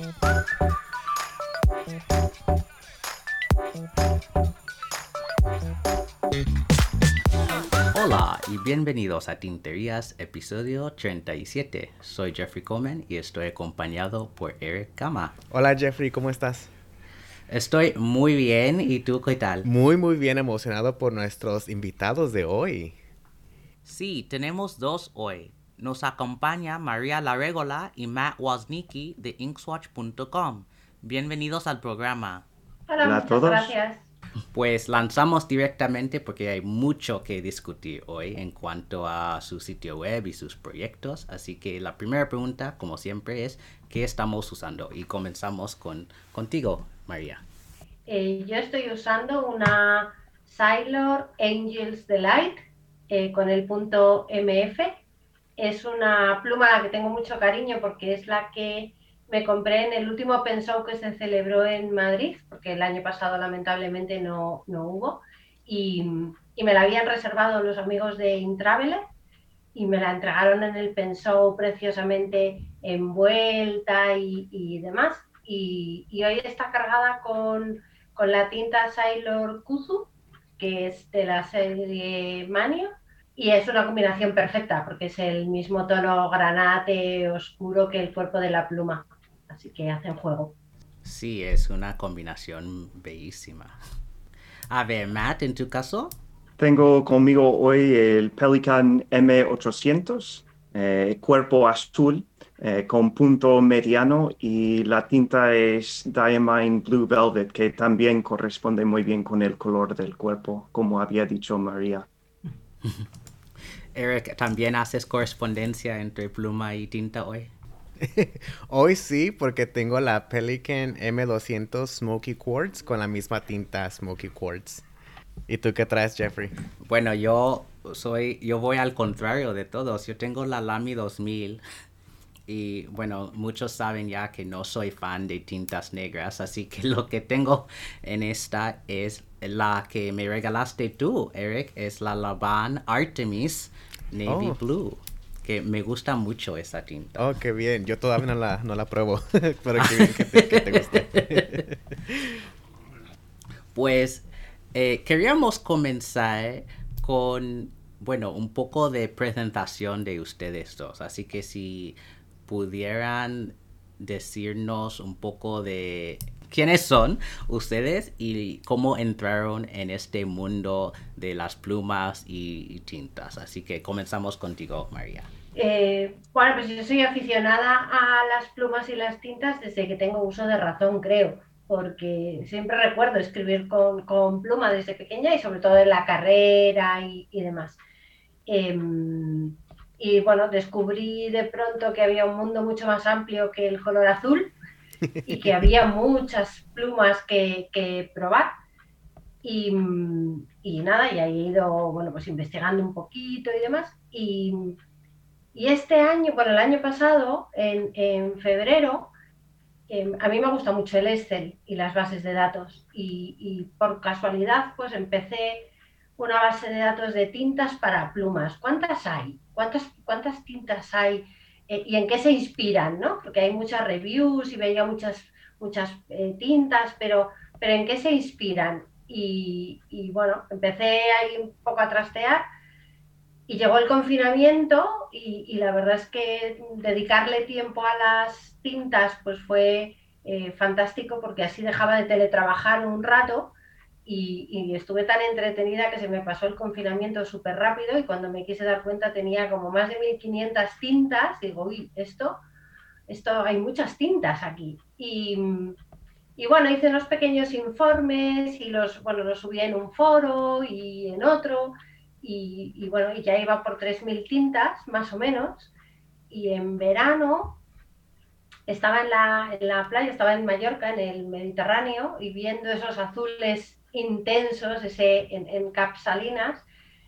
Hola y bienvenidos a Tinterías, episodio 37. Soy Jeffrey Coleman y estoy acompañado por Eric Gama. Hola Jeffrey, ¿cómo estás? Estoy muy bien, ¿y tú qué tal? Muy bien emocionado por nuestros invitados de hoy. Sí, tenemos dos hoy. Nos acompaña María Larregola y Matt Woznicki de inkswatch.com. Bienvenidos al programa. Hola, Hola a muchas todos. gracias. Pues lanzamos directamente porque hay mucho que discutir hoy en cuanto a su sitio web y sus proyectos. Así que la primera pregunta, como siempre, es ¿qué estamos usando? Y comenzamos contigo, María. Yo estoy usando una Sailor Angels Delight con el punto MF. Es una pluma a la que tengo mucho cariño porque es la que me compré en el último Open Show que se celebró en Madrid, porque el año pasado lamentablemente no hubo, y me la habían reservado los amigos de Intraveler y me la entregaron en el Pen Show preciosamente envuelta y demás. Y hoy está cargada con la tinta Sailor Kuzu, que es de la serie Manio, y es una combinación perfecta porque es el mismo tono granate oscuro que el cuerpo de la pluma, así que hacen juego. Sí, es una combinación bellísima. A ver, Matt, ¿en tu caso? Tengo conmigo hoy el Pelican M800, cuerpo azul con punto mediano y la tinta es Diamine Blue Velvet, que también corresponde muy bien con el color del cuerpo, como había dicho María. Eric, ¿también haces correspondencia entre pluma y tinta hoy? Hoy sí, porque tengo la Pelican M200 Smoky Quartz con la misma tinta Smoky Quartz. ¿Y tú qué traes, Jeffrey? Bueno, yo voy al contrario de todos. Yo tengo la Lamy 2000 y bueno, muchos saben ya que no soy fan de tintas negras, así que lo que tengo en esta es la que me regalaste tú, Eric, es la Laban Artemis Navy Oh, Blue, que me gusta mucho esa tinta. oh, qué bien. Yo todavía no la pruebo, pero qué bien que te guste. Pues queríamos comenzar con, bueno, un poco de presentación de ustedes dos. Así que si pudieran decirnos un poco de quiénes son ustedes y cómo entraron en este mundo de las plumas y tintas. Así que comenzamos contigo, María. Bueno, pues yo soy aficionada a las plumas y las tintas desde que tengo uso de razón, creo, porque siempre recuerdo escribir con pluma desde pequeña y sobre todo en la carrera y demás. Eh, y bueno, descubrí de pronto que había un mundo mucho más amplio que el color azul y que había muchas plumas que probar. Y, y nada, y ahí he ido, bueno, pues investigando un poquito y demás. Y este año, bueno, el año pasado, en febrero, a mí me gusta mucho el Excel y las bases de datos. Y por casualidad, pues empecé una base de datos de tintas para plumas. ¿Cuántas hay? ¿Cuántas tintas hay? ¿Y en qué se inspiran? ¿No? Porque hay muchas reviews y veía muchas tintas, pero ¿en qué se inspiran? Y bueno, empecé ahí un poco a trastear y llegó el confinamiento y la verdad es que dedicarle tiempo a las tintas pues fue fantástico porque así dejaba de teletrabajar un rato y estuve tan entretenida que se me pasó el confinamiento súper rápido y cuando me quise dar cuenta tenía como más de 1500 tintas. Digo, uy, esto hay muchas tintas aquí. Y bueno, hice unos pequeños informes y los subí en un foro y en otro. Y bueno, y ya iba por 3000 tintas, más o menos. Y en verano estaba en la playa, estaba en Mallorca, en el Mediterráneo, y viendo esos azules intensos en Capsalinas,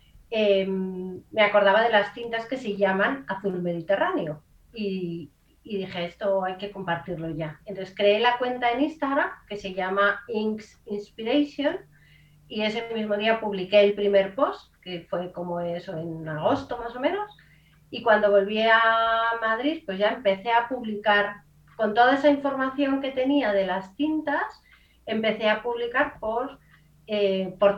me acordaba de las tintas que se llaman azul mediterráneo. Y dije, esto hay que compartirlo ya. Entonces creé la cuenta en Instagram que se llama Inks Inspiration y ese mismo día publiqué el primer post, que fue como eso en agosto más o menos. Y cuando volví a Madrid, pues ya empecé a publicar con toda esa información que tenía de las tintas, empecé a publicar por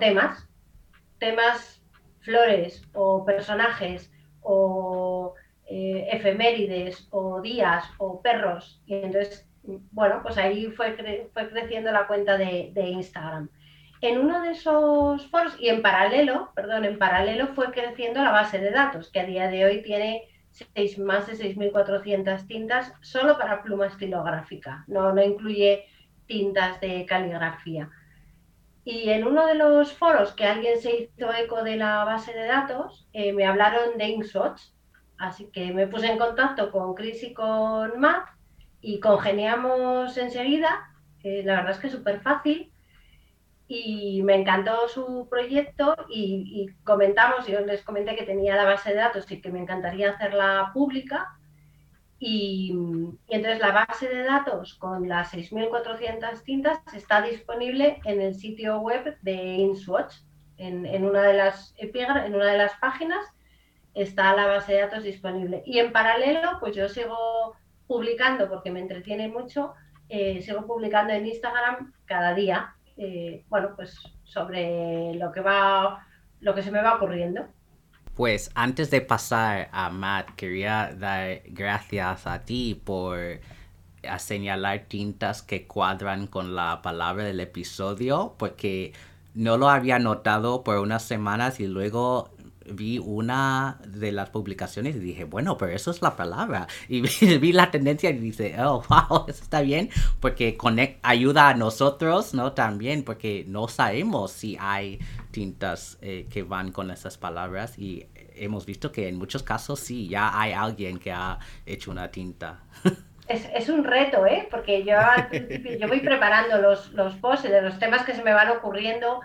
temas, flores o personajes o efemérides o días o perros. Y entonces, bueno, pues ahí fue creciendo la cuenta de Instagram. En uno de esos foros, y en paralelo fue creciendo la base de datos, que a día de hoy tiene más de 6.400 tintas solo para pluma estilográfica, no incluye tintas de caligrafía. Y en uno de los foros que alguien se hizo eco de la base de datos, me hablaron de InkSwatch. Así que me puse en contacto con Chris y con Matt y congeniamos enseguida. La verdad es que es súper fácil y me encantó su proyecto y comentamos, yo les comenté que tenía la base de datos y que me encantaría hacerla pública. Y entonces la base de datos con las 6.400 tintas está disponible en el sitio web de InkSwatch. En una de las páginas está la base de datos disponible. Y en paralelo, pues yo sigo publicando, porque me entretiene mucho, sigo publicando en Instagram cada día, bueno, pues sobre lo que se me va ocurriendo. Pues antes de pasar a Matt, quería dar gracias a ti por señalar tintas que cuadran con la palabra del episodio, porque no lo había notado por unas semanas y luego vi una de las publicaciones y dije, bueno, pero eso es la palabra. Y vi la tendencia y dije, oh, wow, eso está bien, porque ayuda a nosotros, ¿no? También, porque no sabemos si hay tintas que van con esas palabras y hemos visto que en muchos casos sí, ya hay alguien que ha hecho una tinta. Es un reto, porque yo al principio yo voy preparando los posts de los temas que se me van ocurriendo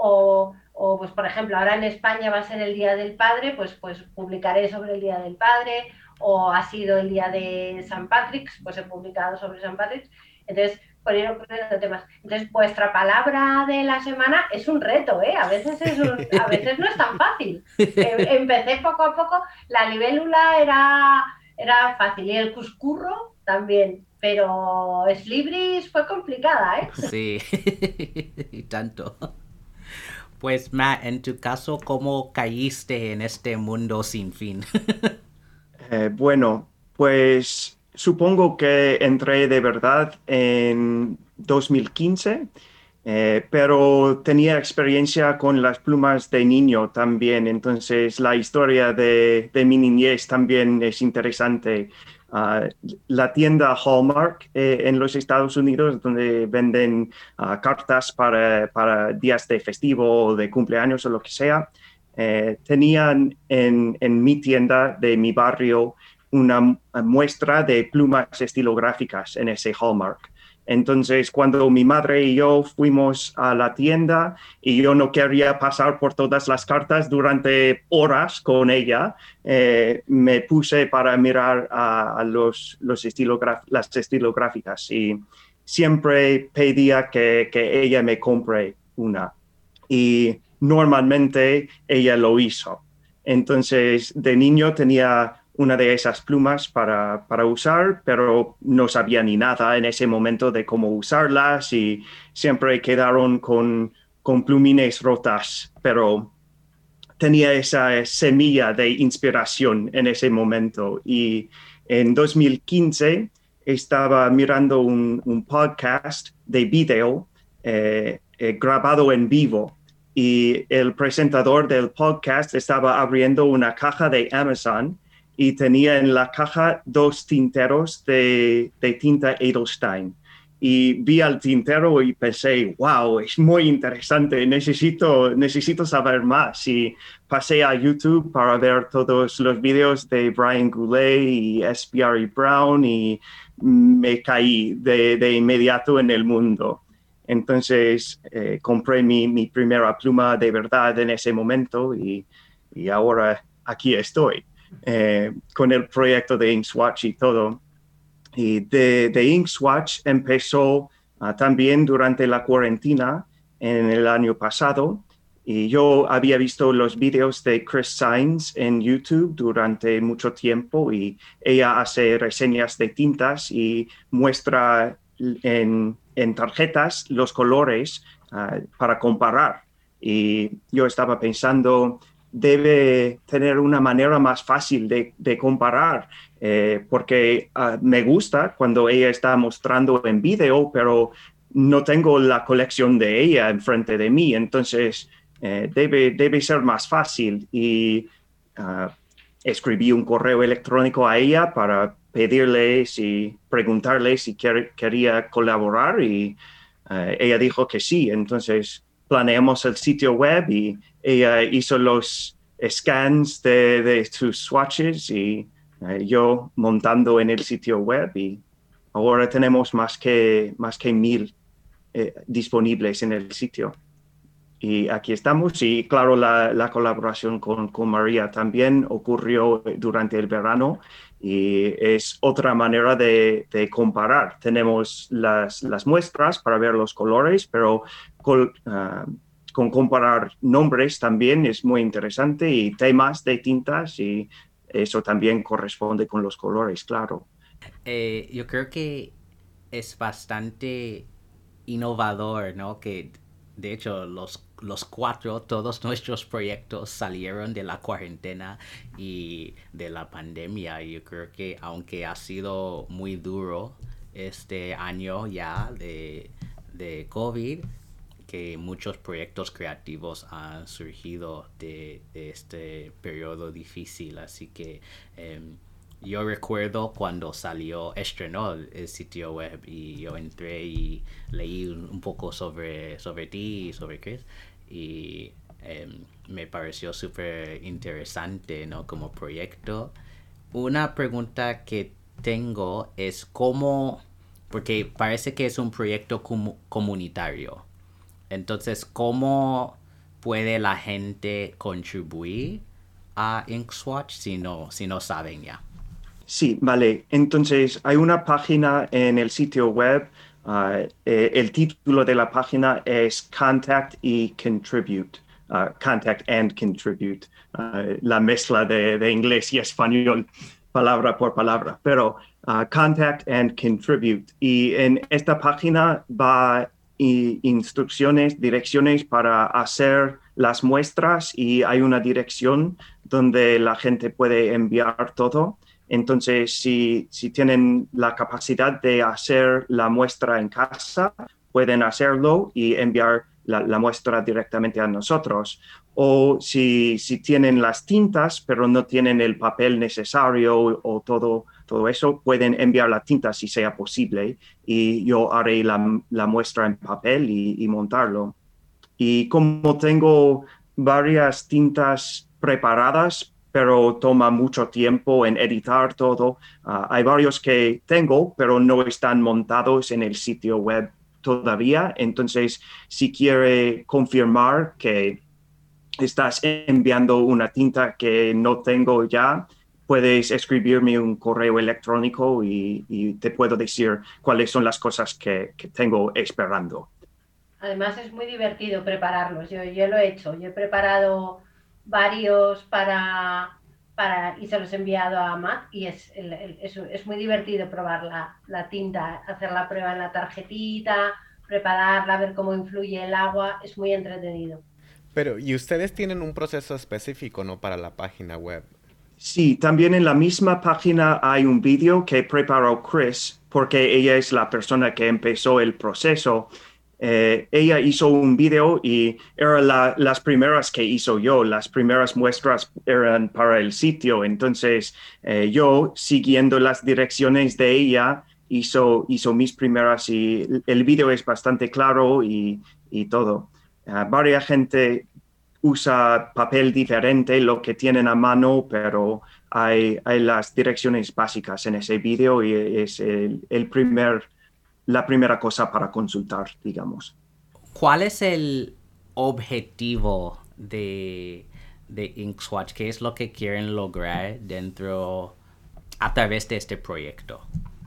o pues por ejemplo ahora en España va a ser el Día del Padre, pues publicaré sobre el Día del Padre, o ha sido el Día de San Patrick's, pues he publicado sobre San Patrick's. Entonces, por ir ocurriendo temas. Entonces, vuestra palabra de la semana es un reto, a veces a veces no es tan fácil. Empecé poco a poco, la libélula era fácil y el cuscurro también, pero Slibris fue complicada, Sí, y tanto. Pues Matt, en tu caso, ¿cómo caíste en este mundo sin fin? Bueno, pues supongo que entré de verdad en 2015, pero tenía experiencia con las plumas de niño también, entonces la historia de mi niñez también es interesante. Uh, la tienda Hallmark en los Estados Unidos, donde venden cartas para días de festivo o de cumpleaños o lo que sea, tenían en mi tienda de mi barrio una muestra de plumas estilográficas en ese Hallmark. Entonces, cuando mi madre y yo fuimos a la tienda y yo no quería pasar por todas las cartas durante horas con ella, me puse para mirar a las estilográficas y siempre pedía que ella me compre una. Y normalmente ella lo hizo. Entonces, de niño tenía una de esas plumas para usar, pero no sabía ni nada en ese momento de cómo usarlas y siempre quedaron con plumines rotas, pero tenía esa semilla de inspiración en ese momento. Y en 2015 estaba mirando un podcast de video grabado en vivo y el presentador del podcast estaba abriendo una caja de Amazon y tenía en la caja 2 tinteros de tinta Edelstein. Y vi al tintero y pensé, wow, es muy interesante, necesito saber más. Y pasé a YouTube para ver todos los videos de Brian Goulet y SBR Brown y me caí de inmediato en el mundo. Entonces compré mi primera pluma de verdad en ese momento y ahora aquí estoy con el proyecto de InkSwatch y todo. Y de InkSwatch empezó también durante la cuarentena en el año pasado Y yo había visto los vídeos de Chris Sainz en YouTube durante mucho tiempo y ella hace reseñas de tintas y muestra en tarjetas los colores para comparar. Y yo estaba pensando, debe tener una manera más fácil de comparar, porque me gusta cuando ella está mostrando en video, pero no tengo la colección de ella enfrente de mí, entonces debe ser más fácil. Y escribí un correo electrónico a ella para pedirle y preguntarle si quería colaborar y ella dijo que sí. Entonces planeamos el sitio web y ella hizo los scans de sus swatches y yo montando en el sitio web y ahora tenemos más que 1,000 disponibles en el sitio. Y aquí estamos y claro, la colaboración con María también ocurrió durante el verano y es otra manera de comparar. Tenemos las muestras para ver los colores, pero con comparar nombres también es muy interesante y temas de tintas y eso también corresponde con los colores, claro. Yo creo que es bastante innovador, ¿no? Que de hecho los cuatro, todos nuestros proyectos salieron de la cuarentena y de la pandemia. Y yo creo que aunque ha sido muy duro este año ya de COVID, que muchos proyectos creativos han surgido de este periodo difícil. Así que yo recuerdo cuando estrenó el sitio web y yo entré y leí un poco sobre ti y sobre Chris y me pareció súper interesante, ¿no? Como proyecto. Una pregunta que tengo es cómo, porque parece que es un proyecto comunitario. Entonces, ¿cómo puede la gente contribuir a Inkswatch si no saben ya? Sí, vale. Entonces, hay una página en el sitio web. El título de la página es Contact y Contribute. Contact and Contribute. La mezcla de inglés y español, palabra por palabra. Pero Contact and Contribute. Y en esta página va instrucciones, direcciones para hacer las muestras y hay una dirección donde la gente puede enviar todo. Entonces, si tienen la capacidad de hacer la muestra en casa, pueden hacerlo y enviar la muestra directamente a nosotros. O si tienen las tintas, pero no tienen el papel necesario o todo eso, pueden enviar la tinta si sea posible y yo haré la muestra en papel y montarlo. Y como tengo varias tintas preparadas, pero toma mucho tiempo en editar todo, hay varios que tengo, pero no están montados en el sitio web todavía. Entonces, si quiere confirmar que estás enviando una tinta que no tengo ya, puedes escribirme un correo electrónico y te puedo decir cuáles son las cosas que tengo esperando. Además es muy divertido prepararlos. Yo lo he hecho. Yo he preparado varios y se los he enviado a Matt y es muy divertido probar la tinta, hacer la prueba en la tarjetita, prepararla, ver cómo influye el agua. Es muy entretenido. Pero, y ustedes tienen un proceso específico, ¿no? Para la página web. Sí, también en la misma página hay un vídeo que preparó Chris porque ella es la persona que empezó el proceso. Ella hizo un vídeo y eran las primeras que hizo yo, las primeras muestras eran para el sitio. Entonces, yo, siguiendo las direcciones de ella, hizo mis primeras y el vídeo es bastante claro y todo. Varias gente usa papel diferente, lo que tienen a mano, pero hay las direcciones básicas en ese vídeo y es la primera cosa para consultar, digamos. ¿Cuál es el objetivo de Inkswatch? ¿Qué es lo que quieren lograr a través de este proyecto?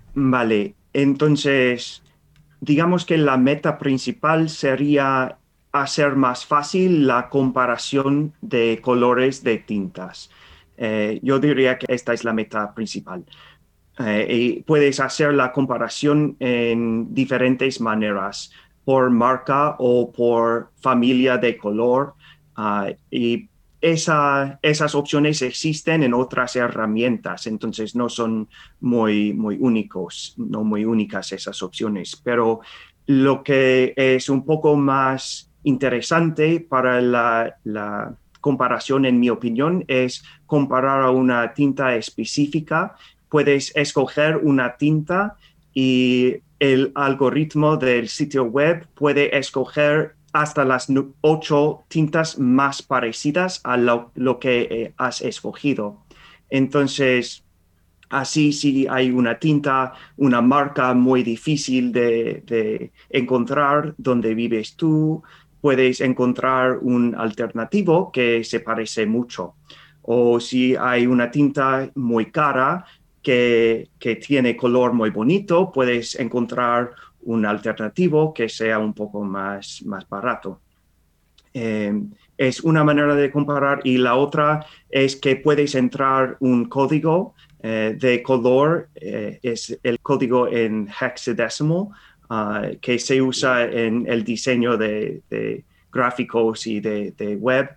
Vale, entonces, digamos que la meta principal sería hacer más fácil la comparación de colores de tintas. Yo diría que esta es la meta principal. Y puedes hacer la comparación en diferentes maneras, por marca o por familia de color. Y esas opciones existen en otras herramientas, entonces no son muy únicos, no muy únicas esas opciones. Pero lo que es un poco más interesante para la comparación, en mi opinión, es comparar a una tinta específica. Puedes escoger una tinta y el algoritmo del sitio web puede escoger hasta las 8 tintas más parecidas a lo que has escogido. Entonces, así si hay una tinta, una marca muy difícil de encontrar donde vives tú, puedes encontrar un alternativo que se parece mucho. O si hay una tinta muy cara que tiene color muy bonito, puedes encontrar un alternativo que sea un poco más barato. Es una manera de comparar, y la otra es que puedes entrar un código de color, es el código en hexadecimal, que se usa en el diseño de gráficos y de web,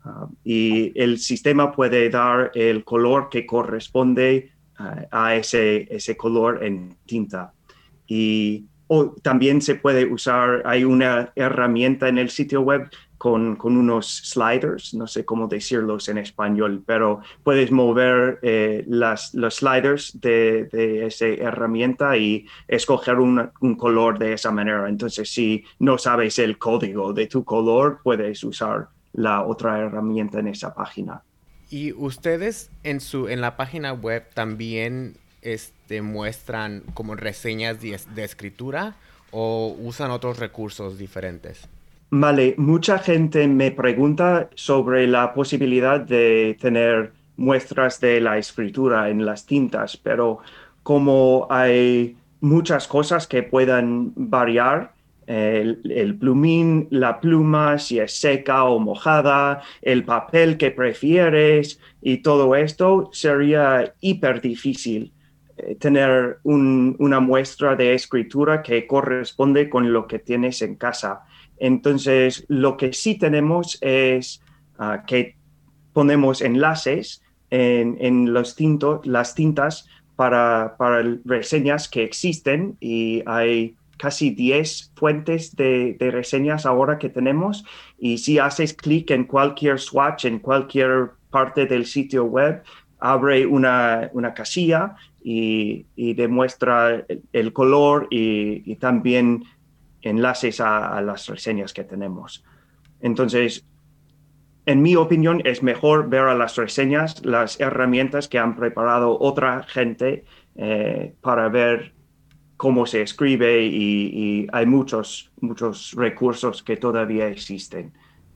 y el sistema puede dar el color que corresponde a ese color en tinta. Y también se puede usar, hay una herramienta en el sitio web con unos sliders, no sé cómo decirlos en español, pero puedes mover los sliders de esa herramienta y escoger un color de esa manera. Entonces, si no sabes el código de tu color, puedes usar la otra herramienta en esa página. ¿Y ustedes en la página web también muestran como reseñas de escritura o usan otros recursos diferentes? Vale, mucha gente me pregunta sobre la posibilidad de tener muestras de la escritura en las tintas, pero como hay muchas cosas que puedan variar, el plumín, la pluma, si es seca o mojada, el papel que prefieres y todo esto, sería hiper difícil tener una muestra de escritura que corresponde con lo que tienes en casa. Entonces, lo que sí tenemos es que ponemos enlaces en las tintas para reseñas que existen, y hay casi 10 fuentes de reseñas ahora que tenemos, y si haces clic en cualquier swatch, en cualquier parte del sitio web, abre una casilla y demuestra el color y también enlaces a las reseñas que tenemos. Entonces, en mi opinión, es mejor ver a las reseñas, las herramientas que han preparado otra gente para ver cómo se escribe, y hay muchos recursos que todavía existen.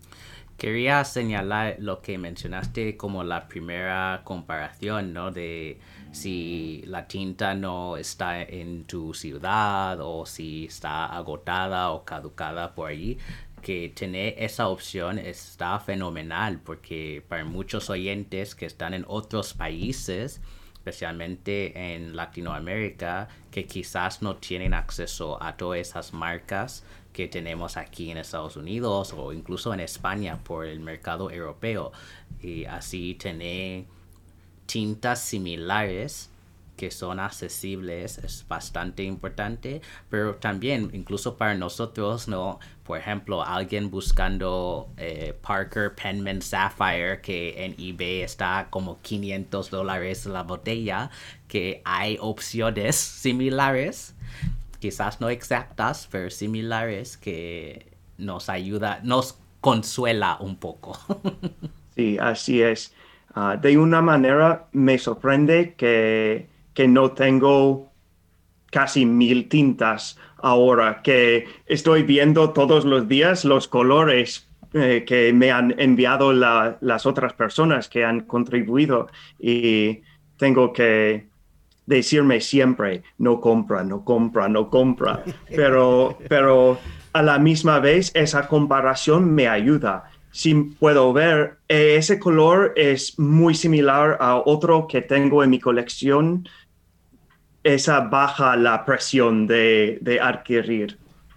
Quería señalar lo que mencionaste como la primera comparación, ¿no? De si la tinta no está en tu ciudad o si está agotada o caducada por allí. Que tener esa opción está fenomenal, porque para muchos oyentes que están en otros países, especialmente en Latinoamérica, que quizás no tienen acceso a todas esas marcas que tenemos aquí en Estados Unidos o incluso en España por el mercado europeo, y así tener tintas similares que son accesibles es bastante importante, pero también incluso para nosotros, ¿no? Por ejemplo, alguien buscando Parker Penman Sapphire, que en eBay está como $500 la botella, que hay opciones similares, quizás no exactas, pero similares, que nos ayuda, nos consuela un poco. Sí, así es. De una manera me sorprende que no tengo casi 1000 tintas ahora, que estoy viendo todos los días los colores que me han enviado las otras personas que han contribuido, y tengo que decirme siempre, no compra, no compra, no compra, pero a la misma vez esa comparación me ayuda. Si puedo ver, ese color es muy similar a otro que tengo en mi colección, esa baja la presión de adquirir.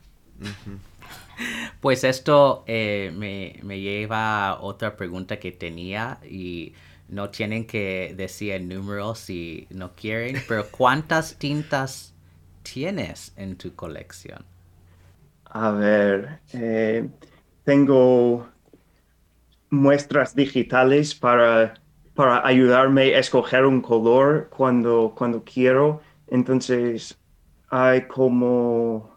Pues esto me lleva a otra pregunta que tenía y no tienen que decir el número si no quieren, pero ¿cuántas tintas tienes en tu colección? A ver, tengo muestras digitales para ayudarme a escoger un color cuando quiero. Entonces, hay como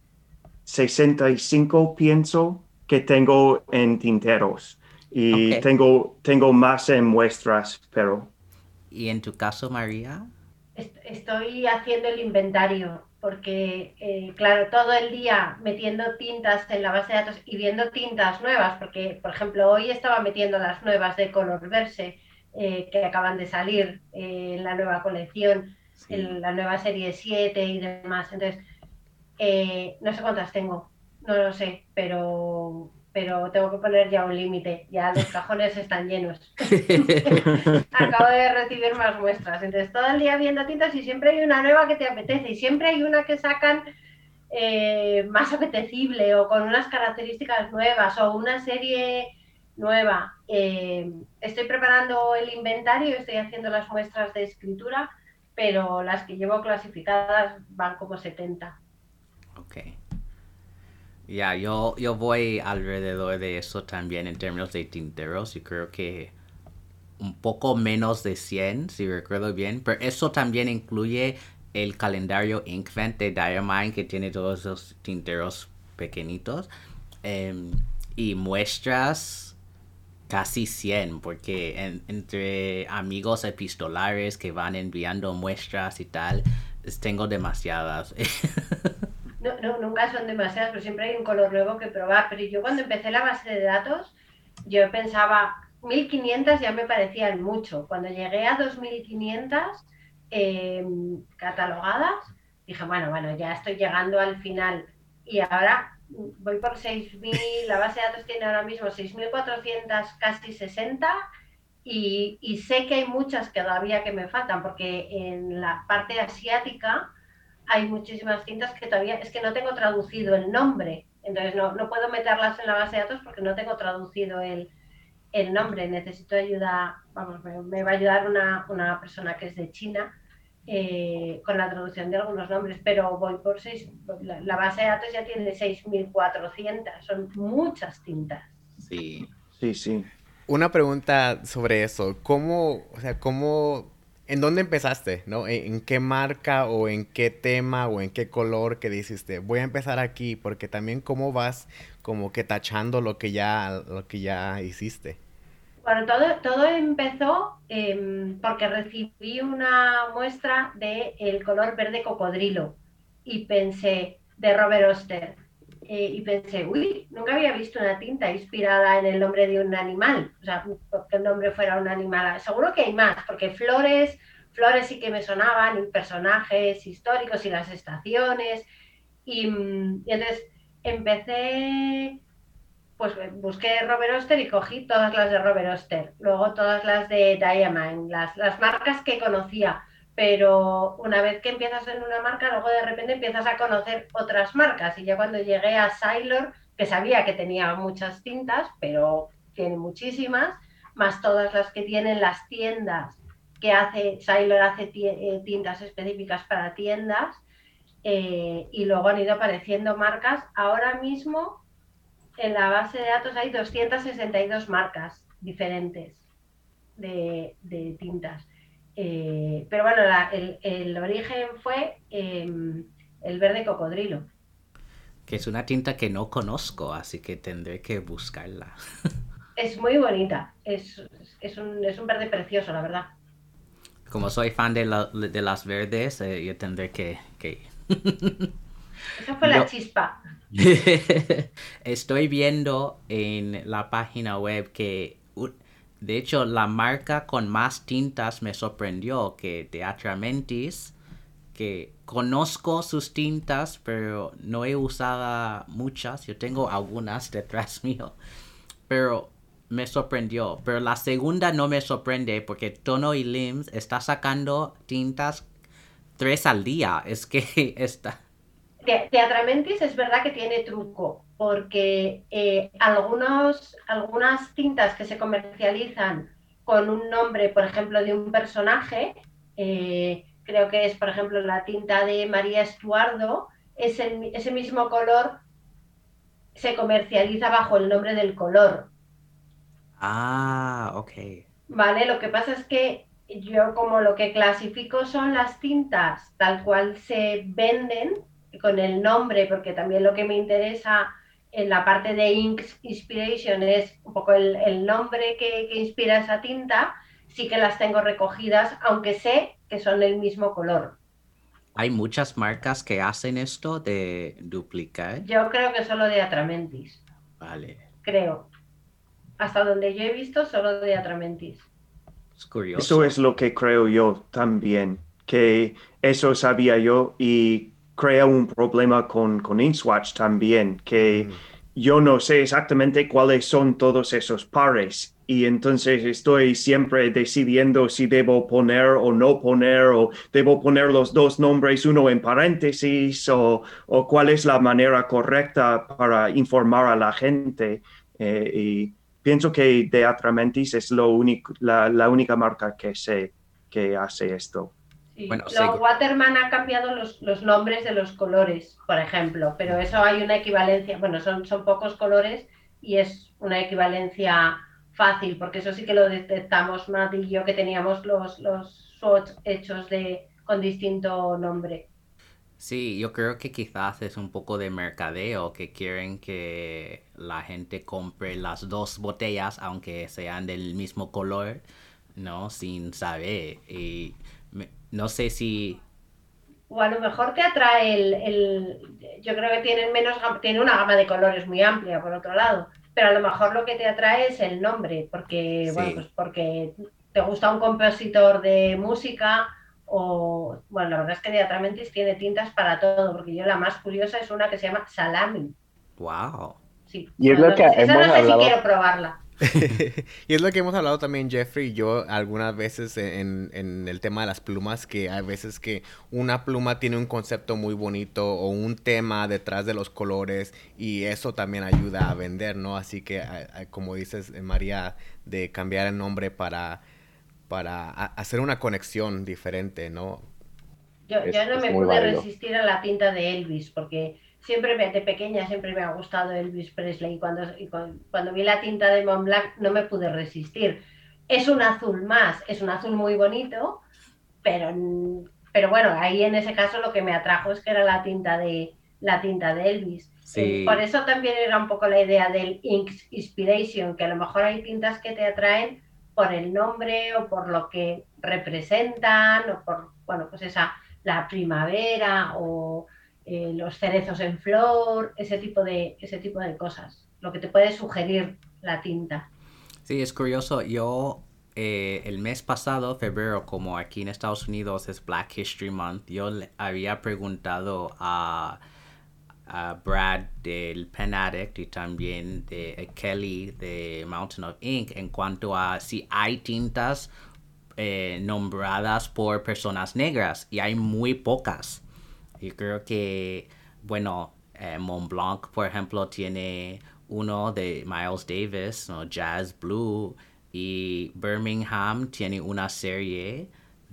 65 pienso que tengo en tinteros Ok. y tengo más en muestras, pero ¿Y en tu caso, María? Estoy haciendo el inventario porque, claro, todo el día metiendo tintas en la base de datos y viendo tintas nuevas, porque, por ejemplo, hoy estaba metiendo las nuevas de Color Verse que acaban de salir en la nueva colección, Sí. en la nueva serie 7 y demás. Entonces, no sé cuántas tengo, no lo sé, pero tengo que poner ya un límite. Ya los cajones están llenos. Acabo de recibir más muestras. Entonces, todo el día viendo tintas y siempre hay una nueva que te apetece y siempre hay una que sacan más apetecible o con unas características nuevas o una serie nueva. Estoy preparando el inventario, estoy haciendo las muestras de escritura, pero las que llevo clasificadas van como 70. Ok. Ya, yo voy alrededor de eso también en términos de tinteros. Yo creo que un poco menos de 100, si recuerdo bien. Pero eso también incluye el calendario Inkvent de Diamine, que tiene todos esos tinteros pequeñitos. Y muestras casi 100, porque entre amigos epistolares que van enviando muestras y tal, tengo demasiadas. No, no, nunca son demasiadas, pero siempre hay un color nuevo que probar. Pero yo cuando empecé la base de datos, yo pensaba, 1500 ya me parecían mucho. Cuando llegué a 2500 catalogadas, dije, bueno, ya estoy llegando al final. Y ahora voy por 6000, la base de datos tiene ahora mismo 6400, casi 60. Y sé que hay muchas que todavía que me faltan, porque en la parte asiática hay muchísimas cintas que todavía es que no tengo traducido el nombre, entonces no puedo meterlas en la base de datos porque no tengo traducido el nombre, necesito ayuda, vamos, me va a ayudar una persona que es de China con la traducción de algunos nombres, pero voy por la base de datos ya tiene 6400, son muchas cintas. Sí. sí, sí. Una pregunta sobre eso. ¿Cómo, o sea, en dónde empezaste, ¿no? ¿En qué marca o en qué tema o en qué color que dijiste, voy a empezar aquí? Porque también cómo vas como que tachando lo que ya hiciste. Bueno, todo empezó porque recibí una muestra del color verde cocodrilo y pensé, de Robert Oster, y pensé, uy, nunca había visto una tinta inspirada en el nombre de un animal, o sea, que el nombre fuera un animal. Seguro que hay más, porque flores sí que me sonaban, y personajes históricos y las estaciones, y entonces empecé pues busqué Robert Oster y cogí todas las de Robert Oster, luego todas las de Diamine, las marcas que conocía, pero una vez que empiezas en una marca, luego de repente empiezas a conocer otras marcas y ya cuando llegué a Sailor, que sabía que tenía muchas tintas, pero tiene muchísimas, más todas las que tienen las tiendas que hace, Sailor hace tintas específicas para tiendas, y luego han ido apareciendo marcas. Ahora mismo en la base de datos hay 262 marcas diferentes de tintas. Pero bueno, el origen fue el verde cocodrilo. Que es una tinta que no conozco, así que tendré que buscarla. Es muy bonita, es un verde precioso, la verdad. Como soy fan de las verdes, yo tendré que ir. Eso fue la Lo, chispa. Estoy viendo en la página web que, de hecho, la marca con más tintas me sorprendió, que Teatra Mentis, que conozco sus tintas, pero no he usado muchas. Yo tengo algunas detrás mío, pero me sorprendió. Pero la segunda no me sorprende porque Tono y Lims está sacando tintas 3 al día. Es que está... Teatramentis es verdad que tiene truco, porque algunas tintas que se comercializan con un nombre, por ejemplo, de un personaje, creo que es, por ejemplo, la tinta de María Estuardo, ese mismo color se comercializa bajo el nombre del color. Ah, ok. ¿Vale? Lo que pasa es que yo como lo que clasifico son las tintas tal cual se venden con el nombre, porque también lo que me interesa en la parte de Inks Inspiration es un poco el nombre que inspira esa tinta, sí que las tengo recogidas, aunque sé que son el mismo color. Hay muchas marcas que hacen esto de duplicar. Yo creo que solo de Atramentis, Vale. creo. Hasta donde yo he visto, solo de Atramentis. Es Eso curioso. es lo que creo yo también, que eso sabía yo y crea un problema con Inkswatch también, que Ujú. yo no sé exactamente cuáles son todos esos pares y entonces estoy siempre decidiendo si debo poner o no poner o debo poner los dos nombres, uno en paréntesis o cuál es la manera correcta para informar a la gente. Y pienso que de Atramentis es la única marca que sé que hace esto. Sí. Bueno, Luego Waterman ha cambiado los nombres de los colores, por ejemplo, pero eso hay una equivalencia, bueno, son pocos colores y es una equivalencia fácil, porque eso sí que lo detectamos Matt y yo, que teníamos los swatch hechos con distinto nombre. sí, yo creo que quizás es un poco de mercadeo que quieren que la gente compre las dos botellas, aunque sean del mismo color, ¿no? Sin saber. Y no sé si... O a lo mejor te atrae yo creo que tiene una gama de colores muy amplia por otro lado, pero a lo mejor lo que te atrae es el nombre, porque, bueno, pues Sí. porque te gusta un compositor de música o, bueno, la verdad es que Diatramentis tiene tintas para todo, porque yo la más curiosa es una que se llama Salami. Wow. Sí, Y es lo que esa hemos no sé si hablado. quiero probarla. Y es lo que hemos hablado también Jeffrey y yo algunas veces en el tema de las plumas, que hay veces que una pluma tiene un concepto muy bonito o un tema detrás de los colores y eso también ayuda a vender, ¿no? Así que, como dices, María, de cambiar el nombre para hacer una conexión diferente, ¿no? Yo no Es me muy pude válido. resistir a la tinta de Elvis, porque de pequeña siempre me ha gustado Elvis Presley, cuando vi la tinta de Montblanc no me pude resistir. Es un azul más, es un azul muy bonito, pero, pero bueno, ahí en ese caso lo que me atrajo es que era la tinta de Elvis. Por Sí, eso también era un poco la idea del Ink Inspiration, que a lo mejor hay tintas que te atraen por el nombre o por lo que representan o por, bueno, pues la primavera o los cerezos en flor, ese tipo de cosas, lo que te puede sugerir la tinta. sí, es curioso. Yo, el mes pasado, febrero, como aquí en Estados Unidos es Black History Month, yo le había preguntado a Brad del Pen Addict y también de Kelly de Mountain of Ink en cuanto a si hay tintas nombradas por personas negras y hay muy pocas. Yo creo que, bueno, Montblanc, por ejemplo, tiene uno de Miles Davis, ¿no? Jazz Blue, y Birmingham tiene una serie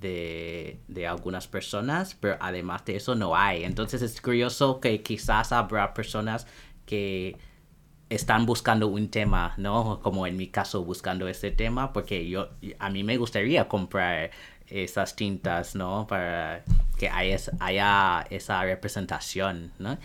de algunas personas, pero además de eso no hay. Entonces es curioso que quizás habrá personas que están buscando un tema, ¿no? Como en mi caso buscando ese tema, porque a mí me gustaría comprar esas tintas, ¿no? Para que haya esa representación, ¿no?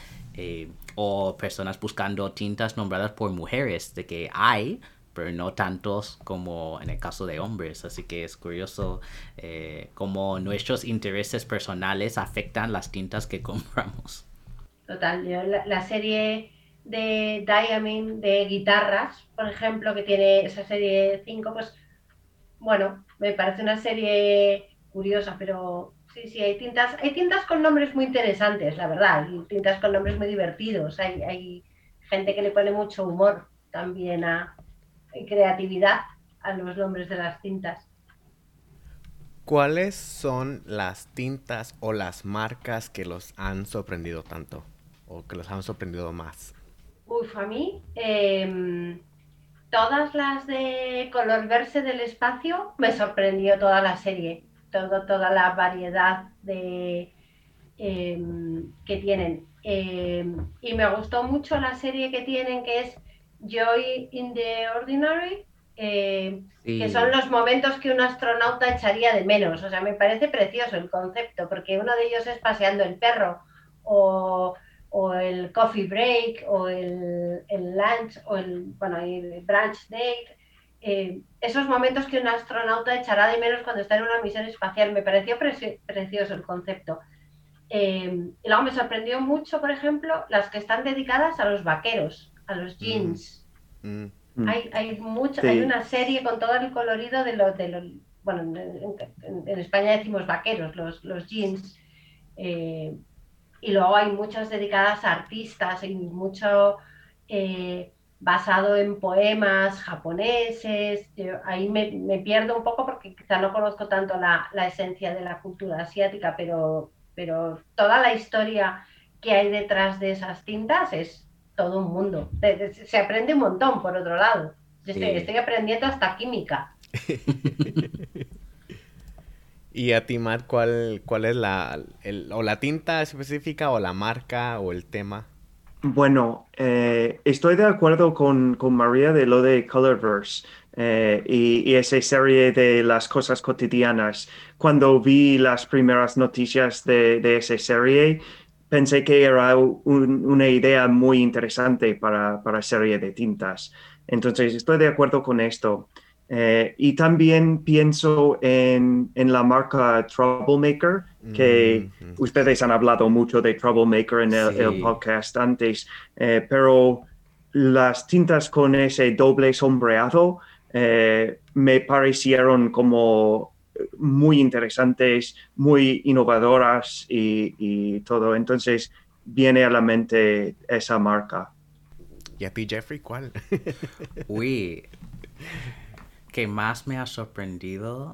O personas buscando tintas nombradas por mujeres, de que hay, pero no tantos como en el caso de hombres. Así que es curioso cómo nuestros intereses personales afectan las tintas que compramos. Total, yo la serie de Diamond de guitarras, por ejemplo, que tiene esa serie 5 pues bueno, me parece una serie curiosa, pero Sí, sí, hay tintas con nombres muy interesantes, la verdad, y tintas con nombres muy divertidos. Hay gente que le pone mucho humor también y creatividad a los nombres de las tintas. ¿Cuáles son las tintas o las marcas que los han sorprendido tanto? O que los han sorprendido más. Uf, a mí, todas las de color verse del espacio me sorprendió toda la serie, toda la variedad que tienen. Y me gustó mucho la serie que tienen, que es Joy in the Ordinary, que son Sí, los momentos que un astronauta echaría de menos. O sea, me parece precioso el concepto, porque uno de ellos es paseando el perro, o, o el coffee break, o el lunch, o bueno, el brunch date. Esos momentos que un astronauta echará de menos cuando está en una misión espacial. Me pareció precioso el concepto. Y luego me sorprendió mucho, por ejemplo, las que están dedicadas a los vaqueros, a los Mm, jeans. mm, Mm. Hay Sí, una serie con todo el colorido bueno, en España decimos vaqueros, los jeans. eh, y luego hay muchas dedicadas a artistas, hay mucho basado en poemas japoneses. Ahí me pierdo un poco porque quizá no conozco tanto la esencia de la cultura asiática, pero toda la historia que hay detrás de esas tintas es todo un mundo. Se aprende un montón, por otro lado. Yo sí. estoy aprendiendo hasta química. Y a ti, Matt, ¿cuál es o la tinta específica o la marca o el tema? bueno, estoy de acuerdo con María de lo de Colorverse y esa serie de las cosas cotidianas. Cuando vi las primeras noticias de esa serie, pensé que era una idea muy interesante para serie de tintas. Entonces, estoy de acuerdo con esto. Y también pienso en la marca Troublemaker, que Mm, ustedes han hablado mucho de Troublemaker en el Sí. podcast antes, pero las tintas con ese doble sombreado me parecieron como muy interesantes, muy innovadoras y todo. Entonces viene a la mente esa marca. ¿Y a ti, Jeffrey, cuál? Uy, ¿qué más me ha sorprendido?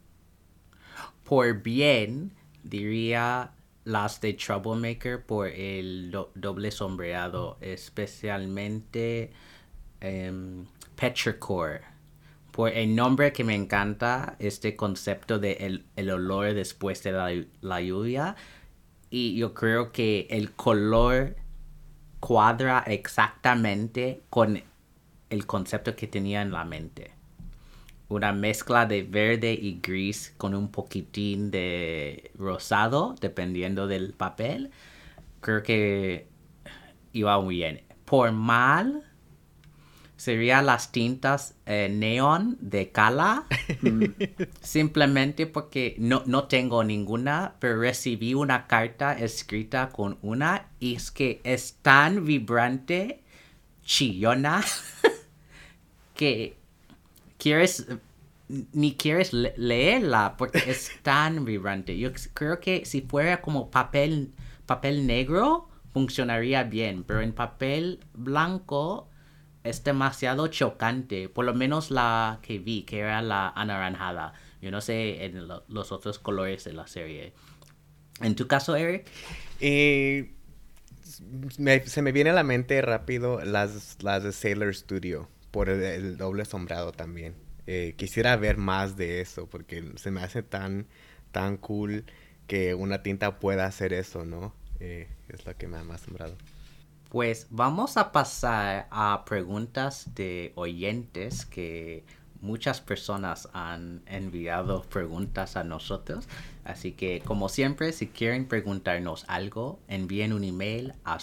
Por bien, diría las de Troublemaker por el doble sombreado, especialmente Petrichor. Por el nombre que me encanta, este concepto de el olor después de la lluvia. Y yo creo que el color cuadra exactamente con el concepto que tenía en la mente. Una mezcla de verde y gris con un poquitín de rosado, dependiendo del papel. Creo que iba muy bien. Por mal, serían las tintas neón de Cala. Mm. Simplemente porque no tengo ninguna, pero recibí una carta escrita con una y es que es tan vibrante, chillona, que quieres ni quieres leerla porque es tan vibrante. Yo creo que si fuera como papel negro funcionaría bien, pero en papel blanco es demasiado chocante. Por lo menos la que vi, que era la anaranjada. Yo no sé en los otros colores de la serie. En tu caso, Eric, Y se me viene a la mente rápido las de Sailor Studio, por el doble sombreado también. Quisiera ver más de eso, porque se me hace tan cool que una tinta pueda hacer eso, ¿no? Es lo que me ha más asombrado. pues vamos a pasar a preguntas de oyentes que muchas personas han enviado preguntas a nosotros. Así que como siempre, si quieren preguntarnos algo, envíen un email a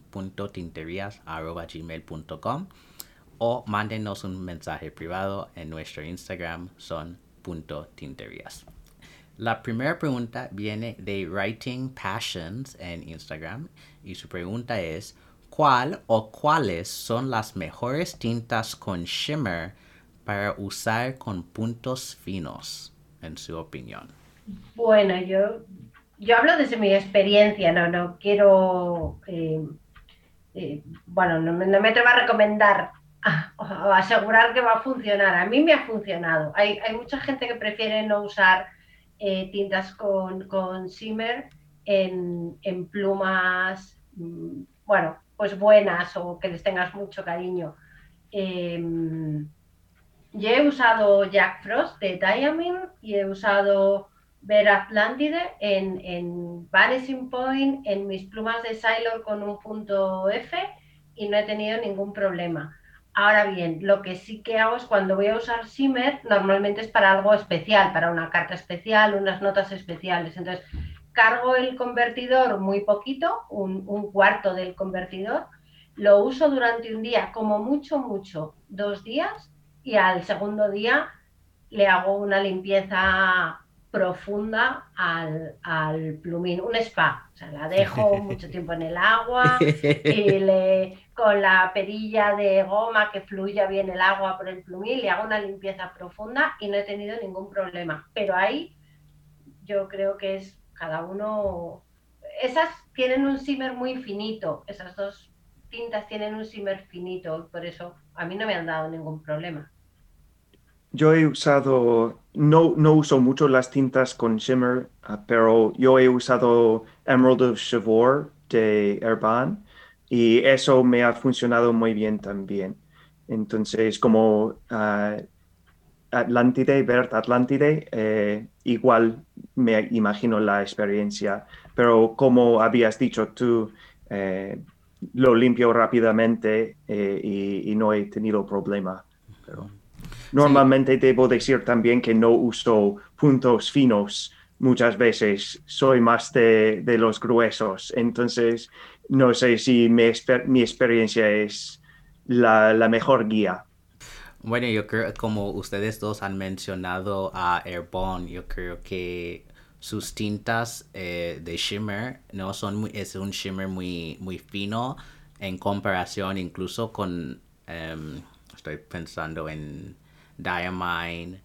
son.tinterias@gmail.com o mándenos un mensaje privado en nuestro Instagram son.tinterias. La primera pregunta viene de Writing Passions en Instagram y su pregunta es: ¿cuál o cuáles son las mejores tintas con shimmer para usar con puntos finos, en su opinión? Bueno, yo hablo desde mi experiencia, no quiero, bueno, no me atrevo a recomendar o asegurar que va a funcionar. A mí me ha funcionado. Hay mucha gente que prefiere no usar tintas con shimmer en plumas, bueno, pues buenas o que les tengas mucho cariño. Eh, yo he usado Jack Frost de Diamond y he usado Ver Atlántide en Vanishing Point, en mis plumas de Sailor con un punto F y no he tenido ningún problema. Ahora bien, lo que sí que hago es cuando voy a usar shimmer, normalmente es para algo especial, para una carta especial, unas notas especiales. Entonces, cargo el convertidor muy poquito, un cuarto del convertidor, lo uso durante un día, como mucho, 2 días, y al segundo día le hago una limpieza profunda al plumín, un spa, o sea, la dejo mucho tiempo en el agua y con la perilla de goma que fluya bien el agua por el plumín, le hago una limpieza profunda y no he tenido ningún problema. Pero ahí yo creo que es cada uno, esas tienen un shimmer muy finito, esas dos tintas tienen un shimmer finito, por eso a mí no me han dado ningún problema. Yo he usado, no uso mucho las tintas con shimmer, pero yo he usado Emerald of Chivor de Herbaan y eso me ha funcionado muy bien también. Entonces, como Atlántide, Vert Atlántide, igual me imagino la experiencia, pero como habías dicho tú, lo limpio rápidamente y no he tenido problema. Pero Sí, normalmente debo decir también que no uso puntos finos muchas veces, soy más de los gruesos, entonces no sé si mi experiencia es la mejor guía. bueno, yo creo, como ustedes dos han mencionado a Airborne, yo creo que sus tintas de shimmer, ¿no? Es un shimmer muy fino en comparación incluso con, estoy pensando en Diamine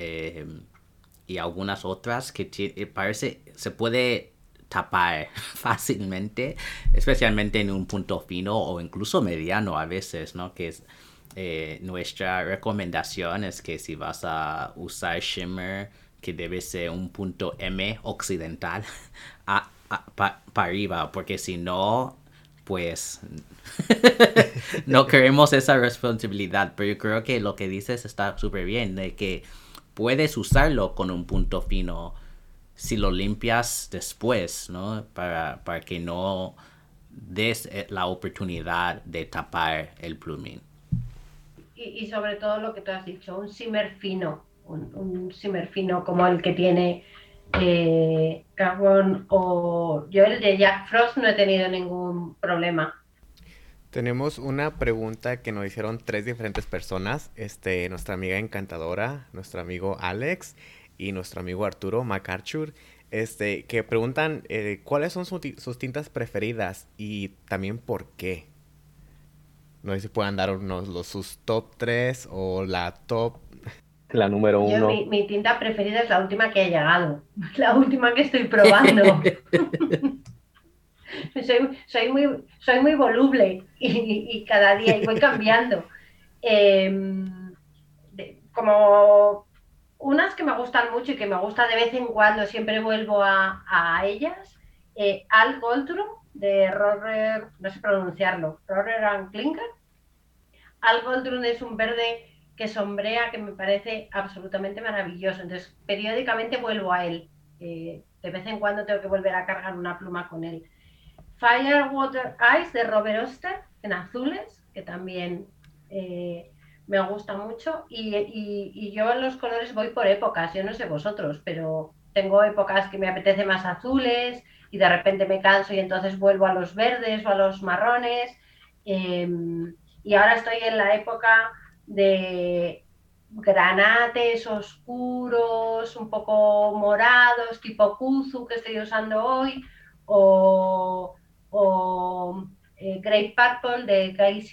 y algunas otras que parece, se puede tapar fácilmente, especialmente en un punto fino o incluso mediano a veces, ¿no? Que es nuestra recomendación es que si vas a usar shimmer, que debe ser un punto M occidental para arriba, porque si no, pues no queremos esa responsabilidad. Pero yo creo que lo que dices está súper bien, de que puedes usarlo con un punto fino si lo limpias después, ¿no? Para que no des la oportunidad de tapar el plumín. Y sobre todo lo que tú has dicho, un shimmer fino, un shimmer fino como el que tiene Carbon o yo el de Jack Frost no he tenido ningún problema. Tenemos una pregunta que nos hicieron tres diferentes personas. Nuestra amiga encantadora, nuestro amigo Alex y nuestro amigo Arturo MacArthur. Que preguntan cuáles son sus tintas preferidas y también por qué. No sé si puedan darnos sus top 3 o la top, la número Yo uno. mi tinta preferida es la última que ha llegado, la última que estoy probando. Soy muy voluble y cada día y voy cambiando. Eh, como unas que me gustan mucho y que me gusta de vez en cuando, siempre vuelvo a ellas. Al Goldrum de Roger, no sé pronunciarlo, Roger and Klinker. Al Goldrum es un verde que sombrea que me parece absolutamente maravilloso. Entonces, periódicamente vuelvo a él. De vez en cuando tengo que volver a cargar una pluma con él. Fire, Water, Ice de Robert Oster en azules, que también me gusta mucho. Y yo en los colores voy por épocas, yo no sé vosotros, pero tengo épocas que me apetece más azules y de repente me canso y entonces vuelvo a los verdes o a los marrones. Eh, y ahora estoy en la época de granates oscuros, un poco morados, tipo kuzu que estoy usando hoy, o Grape Purple de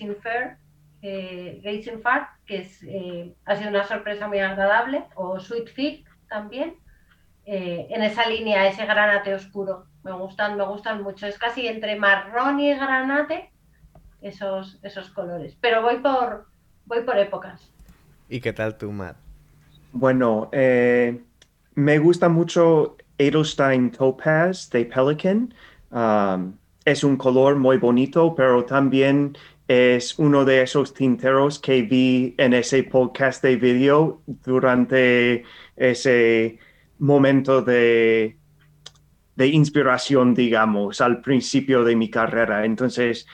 Gazing Far, que ha sido una sorpresa muy agradable, o Sweet Fig también. en esa línea, ese granate oscuro. Me gustan mucho. Es casi entre marrón y granate esos colores. Pero voy por épocas. ¿Y qué tal tú, Matt? Bueno, me gusta mucho Edelstein Topaz de Pelican. Es un color muy bonito, pero también es uno de esos tinteros que vi en ese podcast de video durante ese momento de inspiración, digamos, al principio de mi carrera. Entonces,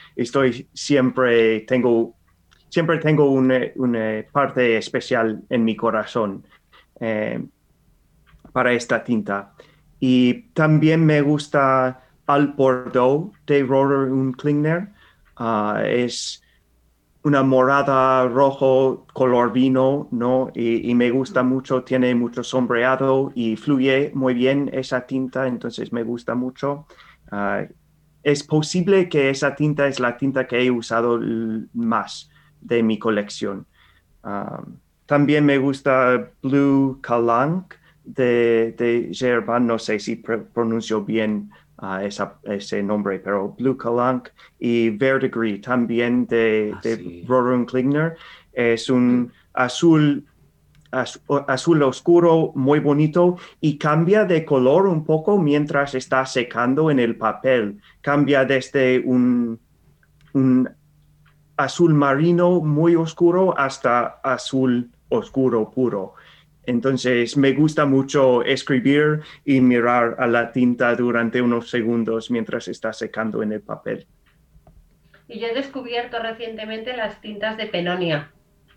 siempre tengo una parte especial en mi corazón eh, para esta tinta. Y también me gusta Al Bordeaux de Rohrer und Klingner. Es una morada rojo color vino, ¿no? Y me gusta mucho, tiene mucho sombreado y fluye muy bien esa tinta, entonces me gusta mucho. Uh, es posible que esa tinta es la tinta que he usado más de mi colección. También me gusta Blue Calanque de Gerban, no sé si pronuncio bien ese nombre, pero Blue Calanque y Verdigris también de Así. Roland Klingner. Es un azul oscuro muy bonito y cambia de color un poco mientras está secando en el papel. Cambia desde un azul marino muy oscuro hasta azul oscuro puro. Entonces me gusta mucho escribir y mirar a la tinta durante unos segundos mientras está secando en el papel. Y yo he descubierto recientemente las tintas de Penonia.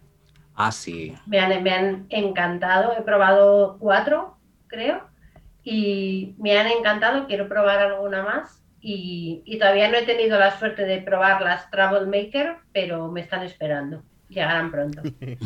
Sí. Me han encantado. He probado 4, creo, y me han encantado. Quiero probar alguna más. Y todavía no he tenido la suerte de probar las Travel Maker, pero me están esperando. Llegarán pronto.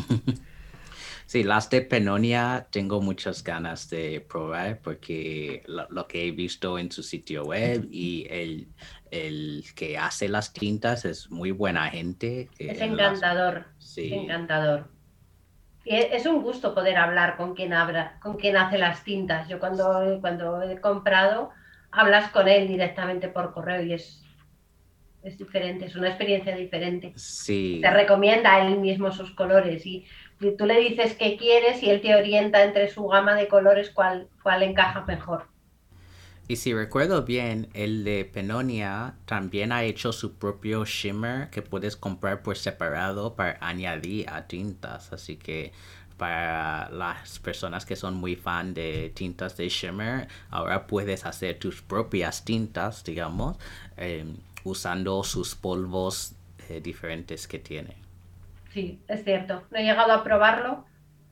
Sí, las de Penonia tengo muchas ganas de probar porque lo que he visto en su sitio web y el que hace las tintas es muy buena gente. Es Las, encantador, es sí, encantador. Y es un gusto poder hablar con quien hace las tintas. Yo cuando he comprado, hablas con él directamente por correo y es diferente, es una experiencia diferente. Te sí. recomienda él mismo sus colores y tú le dices qué quieres y él te orienta entre su gama de colores cuál encaja mejor. Y si recuerdo bien, el de Penonia también ha hecho su propio shimmer que puedes comprar por separado para añadir a tintas. Así que para las personas que son muy fan de tintas de shimmer, ahora puedes hacer tus propias tintas, digamos, usando sus polvos diferentes que tiene. Sí, es cierto. No he llegado a probarlo,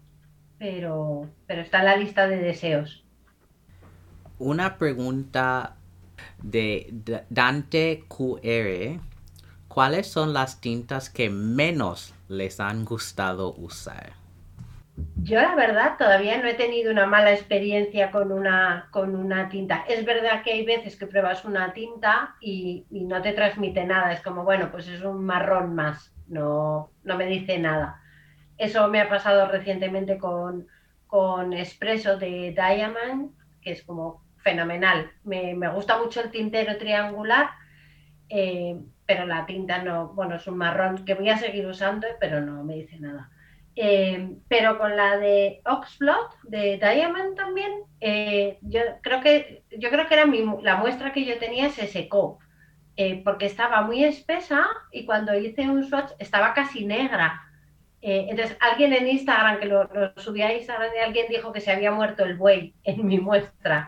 pero está en la lista de deseos. Una pregunta de Dante QR. ¿Cuáles son las tintas que menos les han gustado usar? Yo la verdad todavía no he tenido una mala experiencia con una tinta. Es verdad que hay veces que pruebas una tinta y no te transmite nada. Es como, bueno, pues es un marrón más, no me dice nada. Eso me ha pasado recientemente con Espresso de Diamond, que es como fenomenal. Me gusta mucho el tintero triangular, pero la tinta no, bueno, es un marrón que voy a seguir usando, pero no me dice nada. Pero con la de Oxblood, de Diamond también, yo creo que era la muestra que yo tenía se secó, porque estaba muy espesa y cuando hice un swatch estaba casi negra. Entonces, alguien en Instagram, que lo subí a Instagram, y alguien dijo que se había muerto el buey en mi muestra.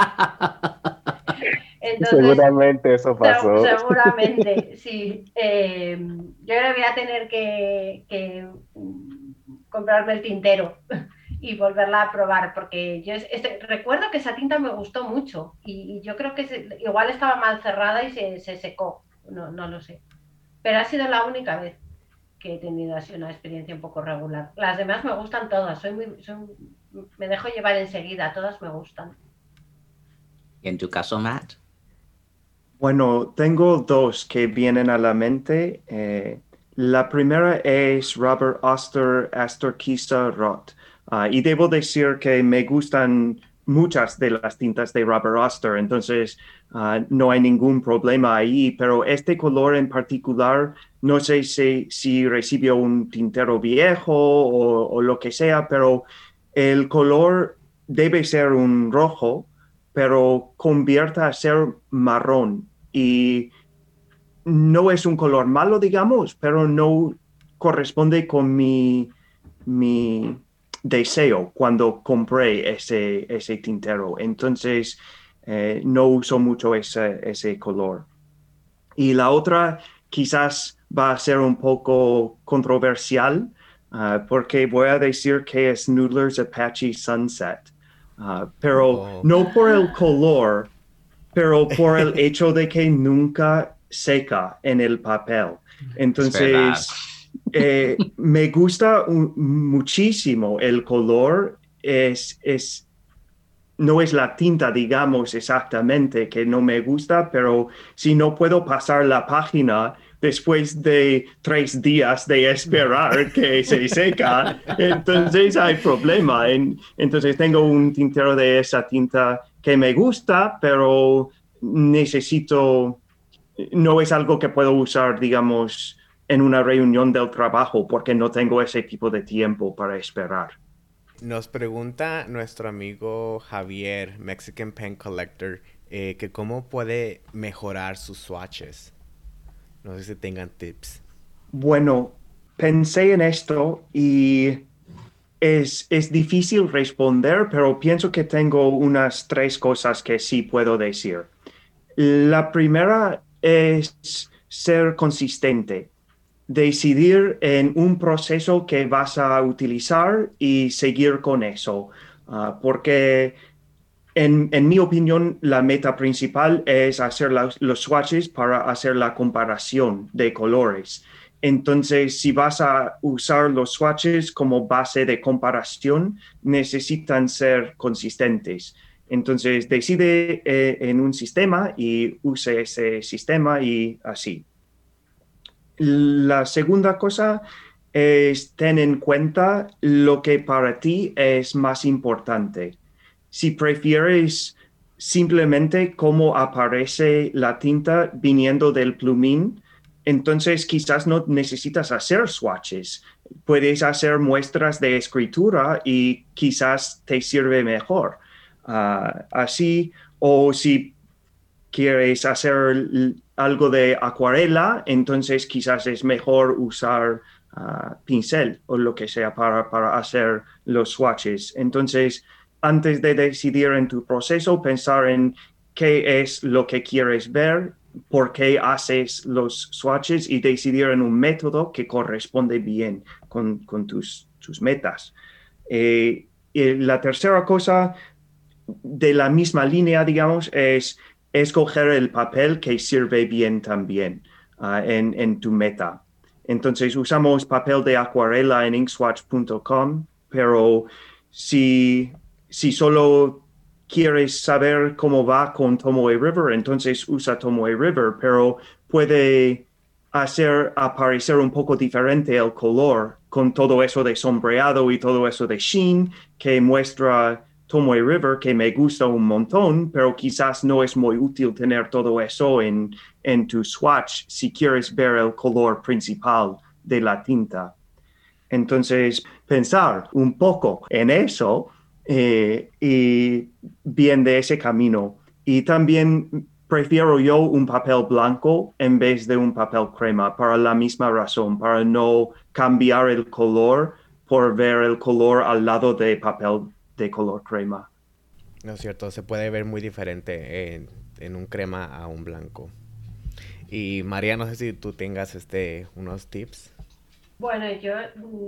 Entonces, Seguramente eso pasó. seguramente, sí. Yo ahora voy a tener que comprarme el tintero y volverla a probar, porque yo recuerdo que esa tinta me gustó mucho y yo creo que igual estaba mal cerrada y se secó, no lo sé. Pero ha sido la única vez que he tenido así una experiencia un poco regular. Las demás me gustan todas, me dejo llevar enseguida, todas me gustan. ¿Y en tu caso, Matt? Bueno, tengo dos que vienen a la mente. La primera es Robert Oster Astor Kisa Roth. Y debo decir que me gustan muchas de las tintas de Robert Oster, entonces no hay ningún problema ahí, pero este color en particular, no sé si recibió un tintero viejo o lo que sea, pero el color debe ser un rojo, pero convierta a ser marrón y no es un color malo, digamos, pero no corresponde con mi deseo cuando compré ese tintero. Entonces, no uso mucho ese color. Y la otra quizás va a ser un poco controversial, porque voy a decir que es Noodler's Apache Sunset. Pero Oh. no por el color, pero por el hecho de que nunca seca en el papel. Es verdad. Entonces, me gusta muchísimo el color, no es la tinta, digamos, exactamente que no me gusta, pero si no puedo pasar la página después de 3 días de esperar que se seca, entonces hay problema. Entonces tengo un tintero de esa tinta que me gusta, pero necesito, no es algo que puedo usar, digamos, en una reunión del trabajo porque no tengo ese tipo de tiempo para esperar. Nos pregunta nuestro amigo Javier, Mexican Pen Collector, que cómo puede mejorar sus swatches. No sé si tengan tips. Bueno, pensé en esto y es difícil responder, pero pienso que tengo unas 3 cosas que sí puedo decir. La primera es ser consistente, decidir en un proceso que vas a utilizar y seguir con eso. Porque en mi opinión, la meta principal es hacer los swatches para hacer la comparación de colores. Entonces, si vas a usar los swatches como base de comparación, necesitan ser consistentes. Entonces, decide en un sistema y use ese sistema y así. La segunda cosa es ten en cuenta lo que para ti es más importante. Si prefieres simplemente cómo aparece la tinta viniendo del plumín, entonces quizás no necesitas hacer swatches. Puedes hacer muestras de escritura y quizás te sirve mejor. Así, o si quieres hacer algo de acuarela, entonces quizás es mejor usar pincel o lo que sea para hacer los swatches. Entonces, antes de decidir en tu proceso, pensar en qué es lo que quieres ver, por qué haces los swatches y decidir en un método que corresponde bien con tus metas. Y la tercera cosa de la misma línea, digamos, es escoger el papel que sirve bien también en tu meta. Entonces usamos papel de acuarela en inkswatch.com, pero si solo quieres saber cómo va con Tomoe River, entonces usa Tomoe River, pero puede hacer aparecer un poco diferente el color con todo eso de sombreado y todo eso de sheen que muestra Tomoe River, que me gusta un montón, pero quizás no es muy útil tener todo eso en tu swatch si quieres ver el color principal de la tinta. Entonces, pensar un poco en eso y bien de ese camino. Y también prefiero yo un papel blanco en vez de un papel crema, para la misma razón, para no cambiar el color por ver el color al lado de papel de color crema. No es cierto, se puede ver muy diferente en un crema a un blanco. Y María, no sé si tú tengas unos tips. Bueno, yo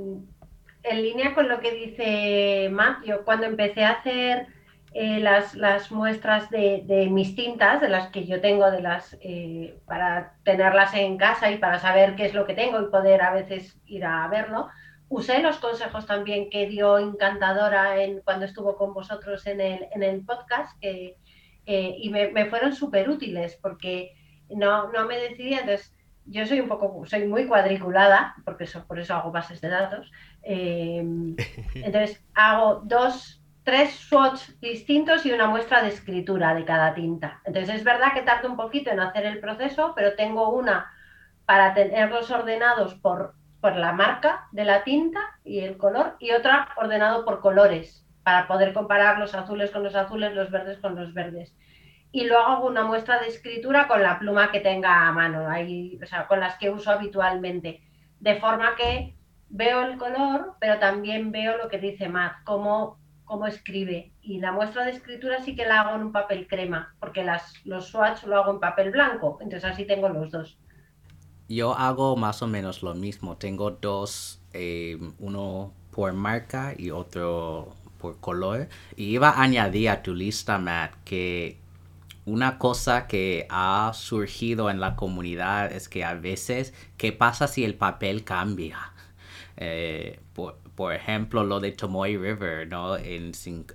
en línea con lo que dice Matt, yo cuando empecé a hacer las muestras de mis tintas, de las que yo tengo, para tenerlas en casa y para saber qué es lo que tengo y poder a veces ir a verlo, usé los consejos también que dio Encantadora cuando estuvo con vosotros en el podcast y me fueron súper útiles porque no me decidía. Entonces, yo soy muy cuadriculada, porque por eso hago bases de datos. Entonces hago tres swatches distintos y una muestra de escritura de cada tinta. Entonces es verdad que tarda un poquito en hacer el proceso, pero tengo una para tenerlos ordenados por la marca de la tinta y el color, y otra ordenado por colores, para poder comparar los azules con los azules, los verdes con los verdes. Y luego hago una muestra de escritura con la pluma que tenga a mano, ahí, o sea, con las que uso habitualmente, de forma que veo el color, pero también veo lo que dice Matt, cómo escribe. Y la muestra de escritura sí que la hago en un papel crema, porque los swatch lo hago en papel blanco, entonces así tengo los dos. Yo hago más o menos lo mismo. Tengo dos, uno por marca y otro por color. Y iba a añadir a tu lista, Matt, que una cosa que ha surgido en la comunidad es que a veces, ¿qué pasa si el papel cambia? Por ejemplo, lo de Tomoe River, ¿no? En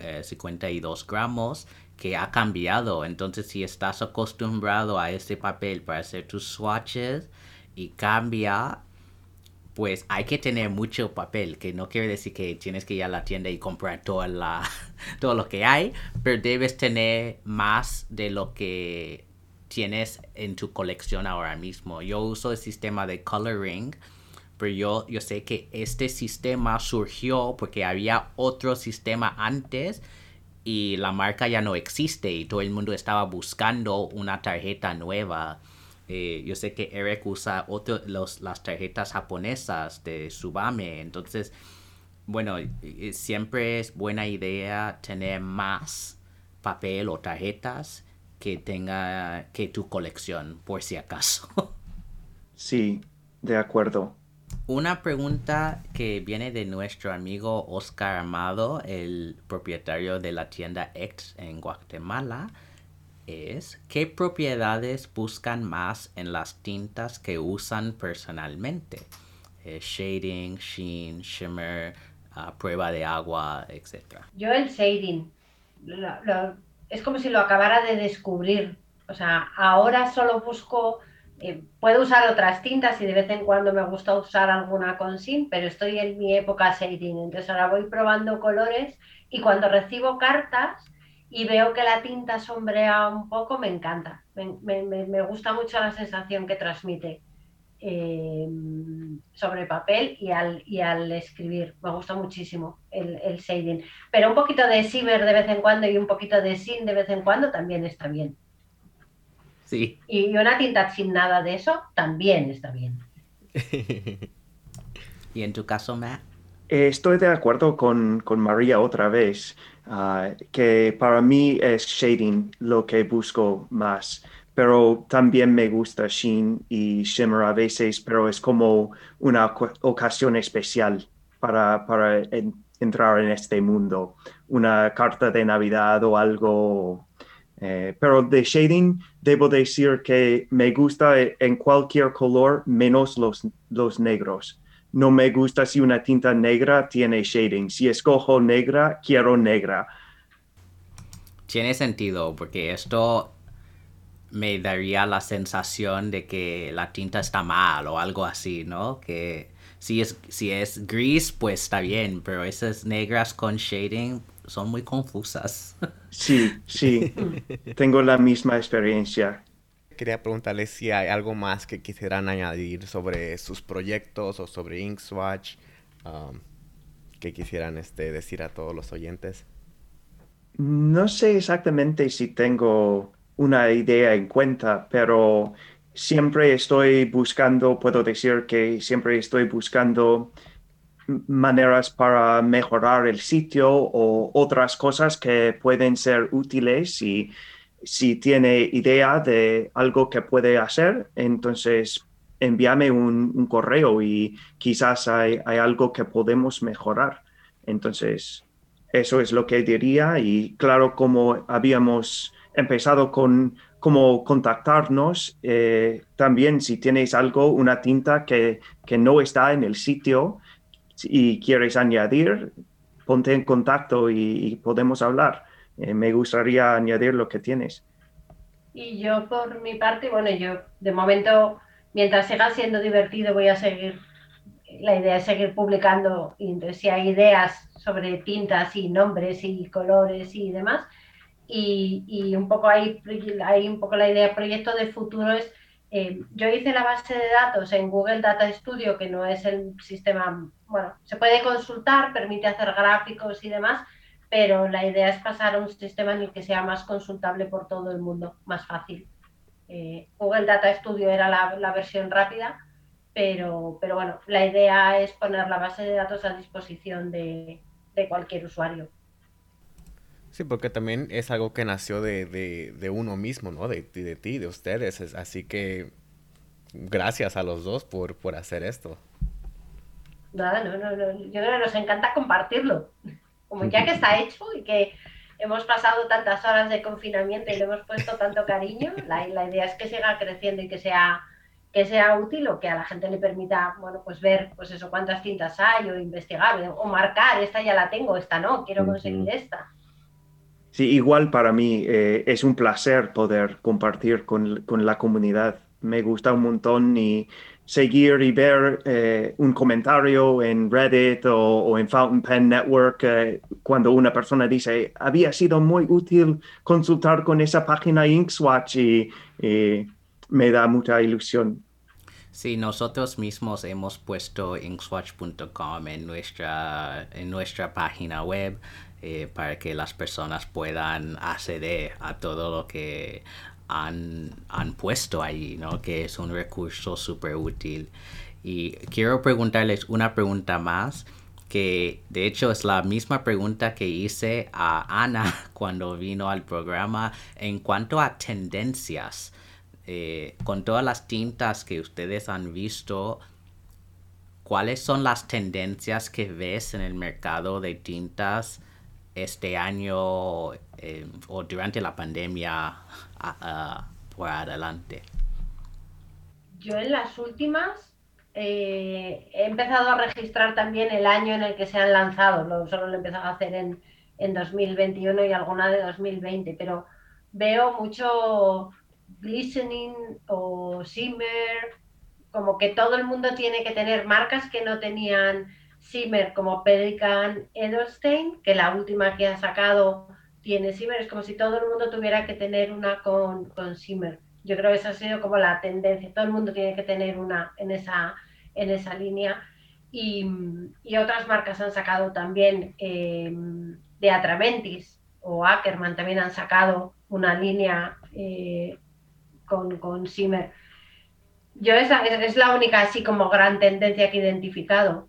52 gramos, que ha cambiado. Entonces, si estás acostumbrado a ese papel para hacer tus swatches y cambia, pues hay que tener mucho papel, que no quiere decir que tienes que ir a la tienda y comprar todo lo que hay, pero debes tener más de lo que tienes en tu colección ahora mismo. Yo uso el sistema de coloring, pero yo sé que este sistema surgió porque había otro sistema antes y la marca ya no existe y todo el mundo estaba buscando una tarjeta nueva. Yo sé que Eric usa las tarjetas japonesas de Tsubame, entonces, bueno, siempre es buena idea tener más papel o tarjetas que tenga que tu colección, por si acaso. Sí, de acuerdo. Una pregunta que viene de nuestro amigo Oscar Amado, el propietario de la tienda X en Guatemala, es ¿qué propiedades buscan más en las tintas que usan personalmente? Shading, sheen, shimmer, prueba de agua, etc. Yo el shading, es como si lo acabara de descubrir. O sea, ahora solo busco, puedo usar otras tintas y de vez en cuando me gusta usar alguna con sin, pero estoy en mi época shading. Entonces ahora voy probando colores y cuando recibo cartas y veo que la tinta sombrea un poco, me encanta. Me gusta mucho la sensación que transmite eh, sobre papel y al escribir. Me gusta muchísimo el shading. Pero un poquito de shimmer de vez en cuando y un poquito de sin de vez en cuando también está bien. Sí. Y una tinta sin nada de eso también está bien. ¿Y en tu caso, Matt? Estoy de acuerdo con María otra vez, que para mí es shading lo que busco más, pero también me gusta sheen y shimmer a veces, pero es como una ocasión especial para entrar en este mundo, una carta de Navidad o algo. Pero de shading, debo decir que me gusta en cualquier color menos los negros. No me gusta si una tinta negra tiene shading. Si escojo negra, quiero negra. Tiene sentido, porque esto me daría la sensación de que la tinta está mal o algo así, ¿no? Que si es gris, pues está bien, pero esas negras con shading son muy confusas. Sí, sí, tengo la misma experiencia. Quería preguntarles si hay algo más que quisieran añadir sobre sus proyectos o sobre Inkswatch, um, que quisieran decir a todos los oyentes. No sé exactamente si tengo una idea en cuenta, pero siempre estoy buscando, puedo decir que siempre estoy buscando maneras para mejorar el sitio o otras cosas que pueden ser útiles y si tiene idea de algo que puede hacer, entonces envíame un correo y quizás hay algo que podemos mejorar. Entonces, eso es lo que diría y claro, como habíamos empezado con cómo contactarnos, también si tenéis algo, una tinta que no está en el sitio, y quieres añadir, ponte en contacto y podemos hablar. Me gustaría añadir lo que tienes. Y yo por mi parte, bueno, yo de momento, mientras siga siendo divertido, voy a seguir la idea es seguir publicando, y entonces si hay ideas sobre tintas y nombres y colores y demás, y un poco ahí hay un poco la idea, proyecto de futuro es, yo hice la base de datos en Google Data Studio, que no es el sistema, bueno, se puede consultar, permite hacer gráficos y demás, pero la idea es pasar a un sistema en el que sea más consultable por todo el mundo, más fácil. Google Data Studio era la versión rápida, pero bueno, la idea es poner la base de datos a disposición de cualquier usuario. Sí, porque también es algo que nació de uno mismo, ¿no? De ti, de ustedes. Así que gracias a los dos por hacer esto. Nada, yo creo que nos encanta compartirlo. Como ya que está hecho y que hemos pasado tantas horas de confinamiento y le hemos puesto tanto cariño, la idea es que siga creciendo y que sea útil, o que a la gente le permita, bueno, pues ver, pues eso, cuántas tintas hay, o investigar, o marcar, esta ya la tengo, esta no, quiero conseguir esta. Sí, igual para mí es un placer poder compartir con la comunidad. Me gusta un montón y seguir y ver un comentario en Reddit o en Fountain Pen Network cuando una persona dice, había sido muy útil consultar con esa página Inkswatch y me da mucha ilusión. Sí, nosotros mismos hemos puesto inkswatch.com en nuestra página web para que las personas puedan acceder a todo lo que han puesto ahí, ¿no? Que es un recurso súper útil. Y quiero preguntarles una pregunta más, que de hecho es la misma pregunta que hice a Ana cuando vino al programa en cuanto a tendencias. Con todas las tintas que ustedes han visto, ¿cuáles son las tendencias que ves en el mercado de tintas este año o durante la pandemia por adelante? Yo en las últimas he empezado a registrar también el año en el que se han lanzado, solo lo he empezado a hacer en 2021 y alguna de 2020, pero veo mucho glistening o shimmer, como que todo el mundo tiene que tener marcas que no tenían shimmer, como Pelikan Edelstein, que la última que ha sacado tiene shimmer, es como si todo el mundo tuviera que tener una con shimmer. Yo creo que esa ha sido como la tendencia, todo el mundo tiene que tener una en esa línea. Y otras marcas han sacado también, de Atramentis o Ackerman también han sacado una línea con shimmer. Yo esa es la única así como gran tendencia que he identificado.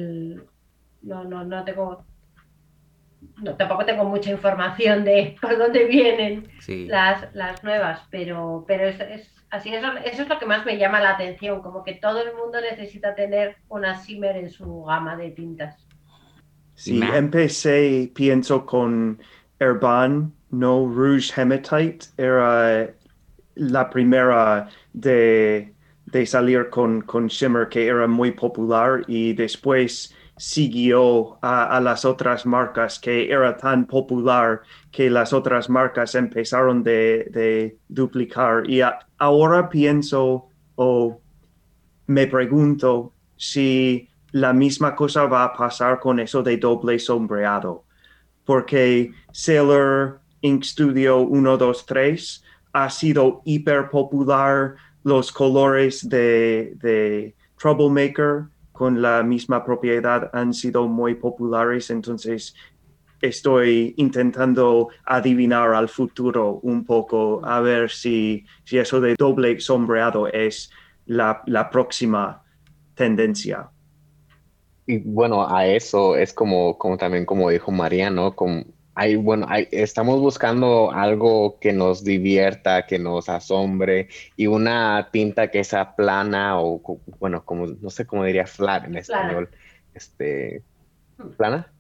No tengo, tampoco tengo mucha información de por dónde vienen Sí. las nuevas, pero así, eso es lo que más me llama la atención, como que todo el mundo necesita tener una shimmer en su gama de tintas. Sí, empecé, pienso, con Herbane, no Rouge Hematite. Era la primera de salir con Shimmer, que era muy popular, y después siguió a las otras marcas, que era tan popular que las otras marcas empezaron de duplicar. Y ahora pienso o me pregunto si la misma cosa va a pasar con eso de doble sombreado, porque Sailor Ink Studio 1, 2, 3 ha sido hiper popular, los colores de Troublemaker con la misma propiedad han sido muy populares, entonces estoy intentando adivinar al futuro un poco, a ver si eso de doble sombreado es la próxima tendencia. Y bueno, a eso es como también como dijo María, ¿no? Estamos buscando algo que nos divierta, que nos asombre, y una tinta que sea plana bueno, como, no sé cómo diría flat en Plana. español, este, plana,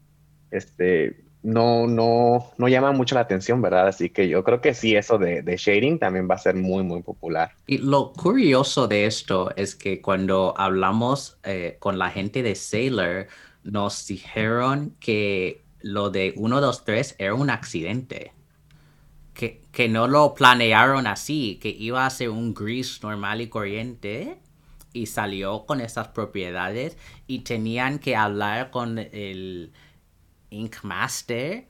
no llama mucho la atención, ¿verdad? Así que yo creo que sí, eso de shading también va a ser muy, muy popular. Y lo curioso de esto es que cuando hablamos con la gente de Sailor, nos dijeron que lo de 1, 2, 3 era un accidente. Que no lo planearon así, que iba a ser un gris normal y corriente, y salió con esas propiedades y tenían que hablar con el Ink Master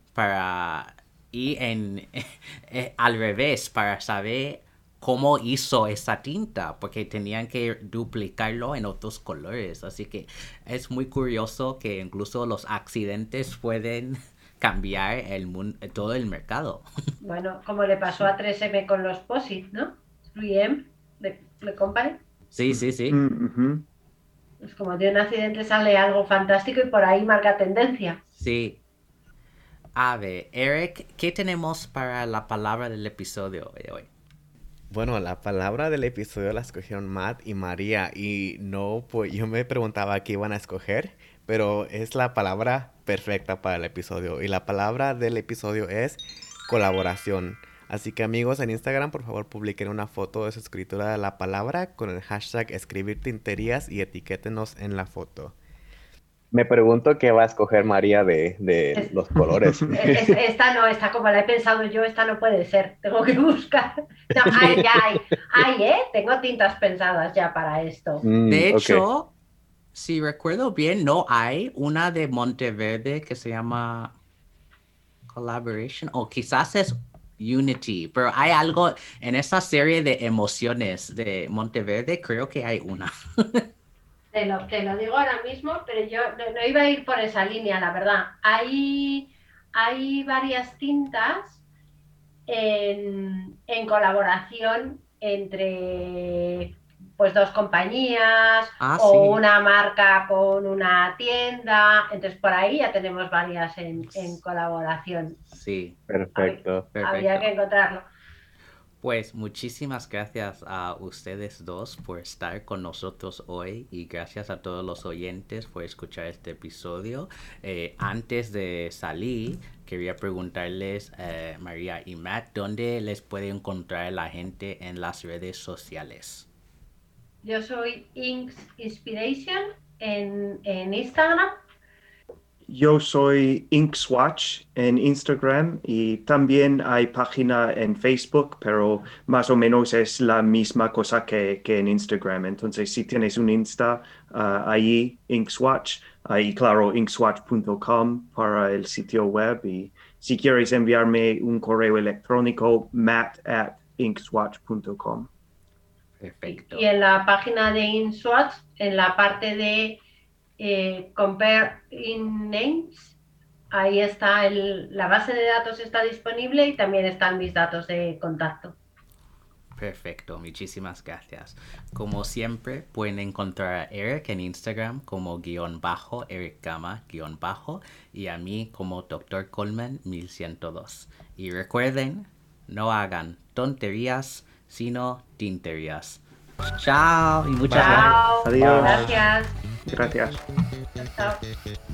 al revés para saber cómo hizo esa tinta, porque tenían que duplicarlo en otros colores. Así que es muy curioso que incluso los accidentes pueden cambiar todo el mercado. Bueno, como le pasó a 3M con los POSIT, ¿no? 3M, de Company. Sí, sí, sí. Ujú. Pues como de un accidente sale algo fantástico y por ahí marca tendencia. Sí. A ver, Eric, ¿qué tenemos para la palabra del episodio de hoy? Bueno, la palabra del episodio la escogieron Matt y María y no, pues yo me preguntaba qué iban a escoger, pero es la palabra perfecta para el episodio y la palabra del episodio es colaboración. Así que amigos en Instagram, por favor publiquen una foto de su escritura de la palabra con el hashtag escribir tinterías y etiquétenos en la foto. Me pregunto qué va a escoger María de los colores. Esta como la he pensado yo, esta no puede ser. Tengo que buscar. No, tengo tintas pensadas ya para esto. De Ok. hecho, si recuerdo bien, no hay una de Monteverde que se llama Collaboration, o quizás es Unity, pero hay algo en esa serie de emociones de Monteverde, creo que hay una. Te lo digo ahora mismo, pero yo no iba a ir por esa línea, la verdad. Hay varias tintas en colaboración entre pues dos compañías o Sí. una marca con una tienda. Entonces por ahí ya tenemos varias en colaboración. Sí, Perfecto. Habría que encontrarlo. Pues muchísimas gracias a ustedes dos por estar con nosotros hoy y gracias a todos los oyentes por escuchar este episodio. Antes de salir, quería preguntarles, María y Matt, ¿dónde les puede encontrar la gente en las redes sociales? Yo soy Inks Inspiration en Instagram. Yo soy Inkswatch en Instagram y también hay página en Facebook, pero más o menos es la misma cosa que en Instagram. Entonces, si tienes un Insta, ahí Inkswatch, ahí claro, inkswatch.com para el sitio web y si quieres enviarme un correo electrónico, matt@inkswatch.com. Perfecto. Y en la página de InSwatch, en la parte de Compare in Names, ahí está la base de datos está disponible y también están mis datos de contacto. Perfecto, muchísimas gracias. Como siempre, pueden encontrar a Eric en Instagram como _ Eric Gama _ y a mí como Dr. Coleman 1102. Y recuerden, no hagan tonterías, sino tinterías. Chao y muchas gracias. Chao, Adiós. gracias. Gracias. Chao.